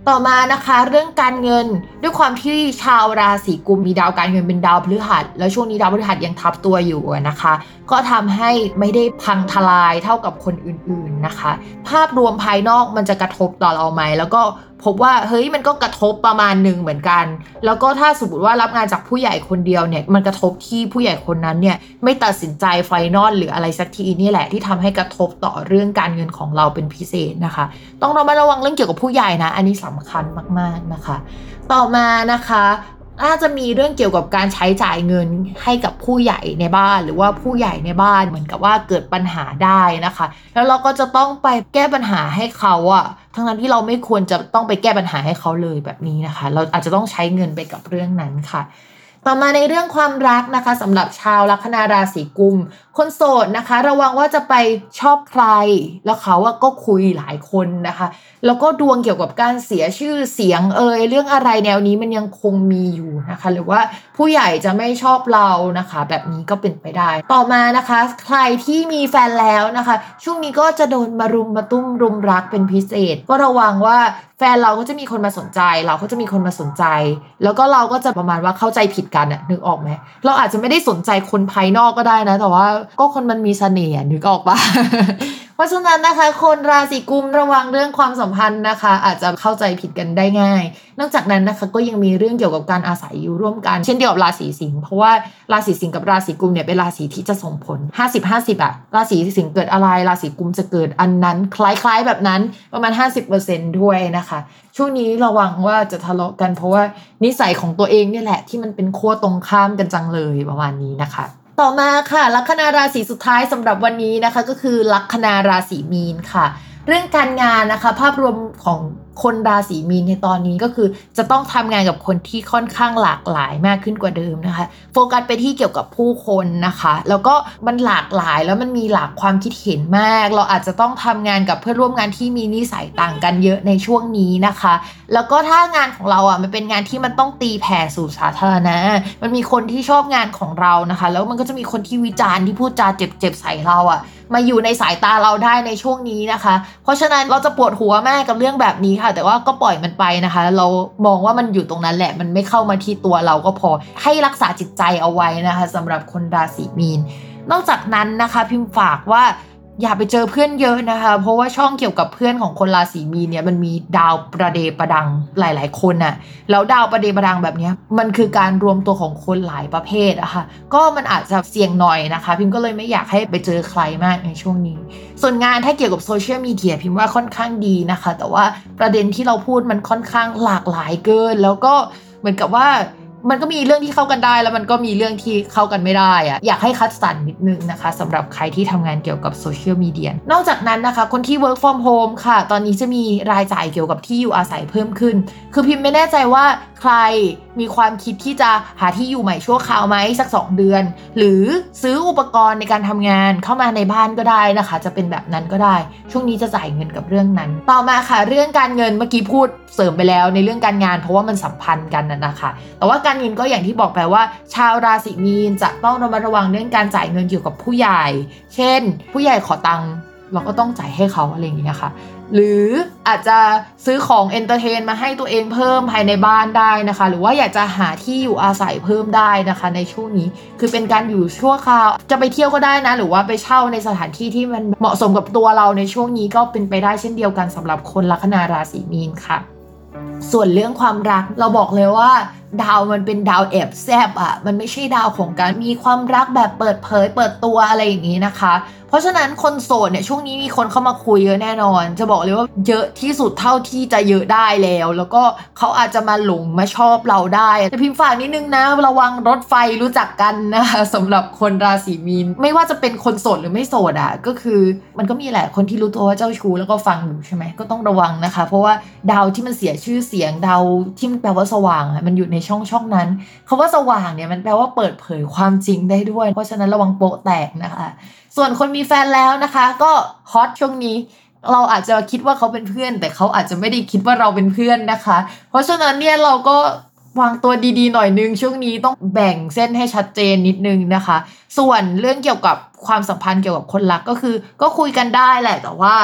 Speaker 4: ต่อมานะคะเรื่องการเงินด้วยความที่ชาวราศีกุมมีดาวการเงินเป็นดาวพฤหัสแล้วช่วงนี้ดาวพฤหัสยังทับตัวอยู่นะคะก็ทำให้ไม่ได้พังทลายเท่ากับคนอื่นๆนะคะภาพรวมภายนอกมันจะกระทบต่อเราไหมแล้วก็พบว่าเฮ้ยมันก็กระทบประมาณนึงเหมือนกันแล้วก็ถ้าสมมติว่ารับงานจากผู้ใหญ่คนเดียวเนี่ยมันกระทบที่ผู้ใหญ่คนนั้นเนี่ยไม่ตัดสินใจไฟนอลหรืออะไรสักทีนี่แหละที่ทำให้กระทบต่อเรื่องการเงินของเราเป็นพิเศษนะคะต้องระวังเรื่องเกี่ยวกับผู้ใหญ่นะอันนี้สำคัญมากๆนะคะต่อมานะคะน่าจะมีเรื่องเกี่ยวกับการใช้จ่ายเงินให้กับผู้ใหญ่ในบ้านหรือว่าผู้ใหญ่ในบ้านเหมือนกับว่าเกิดปัญหาได้นะคะแล้วเราก็จะต้องไปแก้ปัญหาให้เขาอะทั้งนั้นที่เราไม่ควรจะต้องไปแก้ปัญหาให้เขาเลยแบบนี้นะคะเราอาจจะต้องใช้เงินไปกับเรื่องนั้นค่ะต่อมาในเรื่องความรักนะคะสำหรับชาวลัคนาราศีกุมคนโสดนะคะระวังว่าจะไปชอบใครแล้วเขาก็คุยหลายคนนะคะแล้วก็ดวงเกี่ยวกับการเสียชื่อเสียงเรื่องอะไรแนวนี้มันยังคงมีอยู่นะคะหรือว่าผู้ใหญ่จะไม่ชอบเรานะคะแบบนี้ก็เป็นไปได้ต่อมานะคะใครที่มีแฟนแล้วนะคะช่วงนี้ก็จะโดนมารุมมาตุ้มรุมรักเป็นพิเศษก็ระวังว่าแฟนเราก็จะมีคนมาสนใจเราก็จะมีคนมาสนใจแล้วก็เราก็จะประมาณว่าเข้าใจผิดกันนึกออกไหมเราอาจจะไม่ได้สนใจคนภายนอกก็ได้นะแต่ว่าก็คนมันมีเสน่ห์นึกออกปะ เพราะฉะนั้นนะคะคนราศีกุมระวังเรื่องความสัมพันธ์นะคะอาจจะเข้าใจผิดกันได้ง่ายนอกจากนั้นนะคะก็ยังมีเรื่องเกี่ยวกับการอาศัยอยู่ร่วมกันเช่นเดียวกับราศีสิงห์เพราะว่าราศีสิงห์กับราศีกุมเนี่ยเป็นราศีที่จะส่งผล 50-50 ราศีสิงห์เกิดอะไรราศีกุมจะเกิดอันนั้นคล้ายๆแบบนั้นประมาณ 50% ด้วยนะคะช่วงนี้ระวังว่าจะทะเลาะกันเพราะว่านิสัยของตัวเองนี่แหละที่มันเป็นขั้วตรงข้ามกันจังเลยประมาณนี้นะคะต่อมาค่ะลัคนาราศีสุดท้ายสำหรับวันนี้นะคะก็คือลัคนาราศีมีนค่ะเรื่องการงานนะคะภาพรวมของคนราศีมีนในตอนนี้ก็คือจะต้องทำงานกับคนที่ค่อนข้างหลากหลายมากขึ้นกว่าเดิมนะคะโฟกัสไปที่เกี่ยวกับผู้คนนะคะแล้วก็มันหลากหลายแล้วมันมีหลากความคิดเห็นมากเราอาจจะต้องทำงานกับเพื่อนร่วมงานที่มีนิสัยต่างกันเยอะในช่วงนี้นะคะแล้วก็ถ้างานของเรามันเป็นงานที่มันต้องตีแผ่สู่สาธารณะมันมีคนที่ชอบงานของเรานะคะแล้วมันก็จะมีคนที่วิจารณ์ที่พูดจาเจ็บๆใส่เรามาอยู่ในสายตาเราได้ในช่วงนี้นะคะเพราะฉะนั้นเราจะปวดหัวมากกับเรื่องแบบนี้ค่ะแต่ว่าก็ปล่อยมันไปนะคะเรามองว่ามันอยู่ตรงนั้นแหละมันไม่เข้ามาที่ตัวเราก็พอให้รักษาจิตใจเอาไว้นะคะสำหรับคนราศีมีนนอกจากนั้นนะคะพิมพ์ฝากว่าอย่าไปเจอเพื่อนเยอะนะคะเพราะว่าช่องเกี่ยวกับเพื่อนของคนราศีมีนเนี่ยมันมีดาวประเดประดังหลายๆคนแล้วดาวประเดประดังแบบนี้มันคือการรวมตัวของคนหลายประเภทค่ะก็มันอาจจะเสี่ยงหน่อยนะคะพิมก็เลยไม่อยากให้ไปเจอใครมากในช่วงนี้ส่วนงานถ้าเกี่ยวกับโซเชียลมีเดียพิมว่าค่อนข้างดีนะคะแต่ว่าประเด็นที่เราพูดมันค่อนข้างหลากหลายเกินแล้วก็เหมือนกับว่ามันก็มีเรื่องที่เข้ากันได้แล้วมันก็มีเรื่องที่เข้ากันไม่ได้อยากให้คัดสรรนิดนึงนะคะสำหรับใครที่ทำงานเกี่ยวกับโซเชียลมีเดียนอกจากนั้นนะคะคนที่ work from home ค่ะตอนนี้จะมีรายจ่ายเกี่ยวกับที่อยู่อาศัยเพิ่มขึ้นคือพิมไม่แน่ใจว่าใครมีความคิดที่จะหาที่อยู่ใหม่ชั่วคราวไหมสัก2 เดือนหรือซื้ออุปกรณ์ในการทำงานเข้ามาในบ้านก็ได้นะคะจะเป็นแบบนั้นก็ได้ช่วงนี้จะจ่ายเงินกับเรื่องนั้นต่อมาค่ะเรื่องการเงินเมื่อกี้พูดเสริมไปแล้วในเรื่องการงานเพราะว่ามันสัมพันธ์กันนะคะแต่ว่าการเงินก็อย่างที่บอกไปว่าชาวราศีมีนจะต้องระมัดระวังเรื่องการจ่ายเงินเกี่ยวกับผู้ใหญ่เช่นผู้ใหญ่ขอตังค์เราก็ต้องจ่ายให้เขาอะไรอย่างนี้นะคะหรืออาจจะซื้อของเอนเตอร์เทนมาให้ตัวเองเพิ่มภายในบ้านได้นะคะหรือว่าอยากจะหาที่อยู่อาศัยเพิ่มได้นะคะในช่วงนี้คือเป็นการอยู่ชั่วคราวจะไปเที่ยวก็ได้นะหรือว่าไปเช่าในสถานที่ที่มันเหมาะสมกับตัวเราในช่วงนี้ก็เป็นไปได้เช่นเดียวกันสำหรับคนลัคนาราศีมีนค่ะส่วนเรื่องความรักเราบอกเลยว่าดาวมันเป็นดาวแอบแซบมันไม่ใช่ดาวของการมีความรักแบบเปิดเผยเปิดตัวอะไรอย่างนี้นะคะเพราะฉะนั้นคนโสดเนี่ยช่วงนี้มีคนเข้ามาคุยเยอะแน่นอนจะบอกเลยว่าเยอะที่สุดเท่าที่จะเยอะได้แล้วก็เขาอาจจะมาหลงมาชอบเราได้แต่พิมพ์ฝากนิดนึงนะระวังรถไฟรู้จักกันนะคะสำหรับคนราศีมีนไม่ว่าจะเป็นคนโสดหรือไม่โสดก็คือมันก็มีแหละคนที่รู้ตัวว่าเจ้าชู้แล้วก็ฟังอยู่ใช่ไหมก็ต้องระวังนะคะเพราะว่าดาวที่มันเสียชื่อเสียงดาวที่มันแปลว่าสว่างมันอยู่ในช่องนั้นคำว่าสว่างเนี่ยมันแปลว่าเปิดเผยความจริงได้ด้วยเพราะฉะนั้นระวังโป๊ะแตกนะคะส่วนคนมีแฟนแล้วนะคะก็ฮอตช่วงนี้เราอาจจะคิดว่าเขาเป็นเพื่อนแต่เขาอาจจะไม่ได้คิดว่าเราเป็นเพื่อนนะคะเพราะฉะนั้นเนี่ยเราก็วางตัวดีๆหน่อยนึงช่วงนี้ต้องแบ่งเส้นให้ชัดเจนนิดนึงนะคะส่วนเรื่องเกี่ยวกับความสัมพันธ์เกี่ยวกับคนรักก็คือก็คุยกันได้แหละแต่ว่า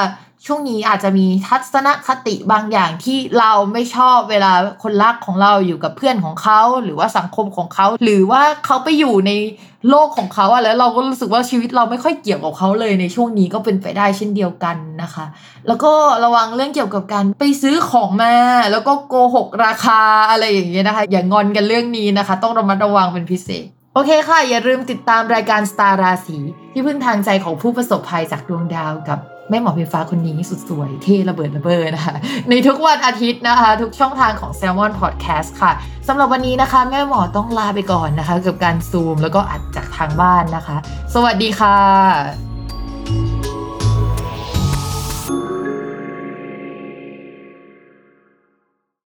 Speaker 4: ช่วงนี้อาจจะมีทัศนคติบางอย่างที่เราไม่ชอบเวลาคนรักของเราอยู่กับเพื่อนของเขาหรือว่าสังคมของเขาหรือว่าเขาไปอยู่ในโลกของเขาแล้วเราก็รู้สึกว่าชีวิตเราไม่ค่อยเกี่ยวกับเขาเลยในช่วงนี้ก็เป็นไปได้เช่นเดียวกันนะคะแล้วก็ระวังเรื่องเกี่ยวกับการไปซื้อของมาแล้วก็โกหกราคาอะไรอย่างเงี้ยนะคะอย่างอนกันเรื่องนี้นะคะต้องระมัดระวังเป็นพิเศษโอเคค่ะอย่าลืมติดตามรายการสตาร์ราศีที่พึ่งทางใจของผู้ประสบภัยจากดวงดาวกับแม่หมอเพฟ้าคนนี้สุดสวยเท่ระเบิดระเบ้อนะคะในทุกวันอาทิตย์นะคะทุกช่องทางของ Salmon Podcast ค่ะสำหรับวันนี้นะคะแม่หมอต้องลาไปก่อนนะคะกับการซูมแล้วก็อัดจากทางบ้านนะคะสวัสดีค่ะ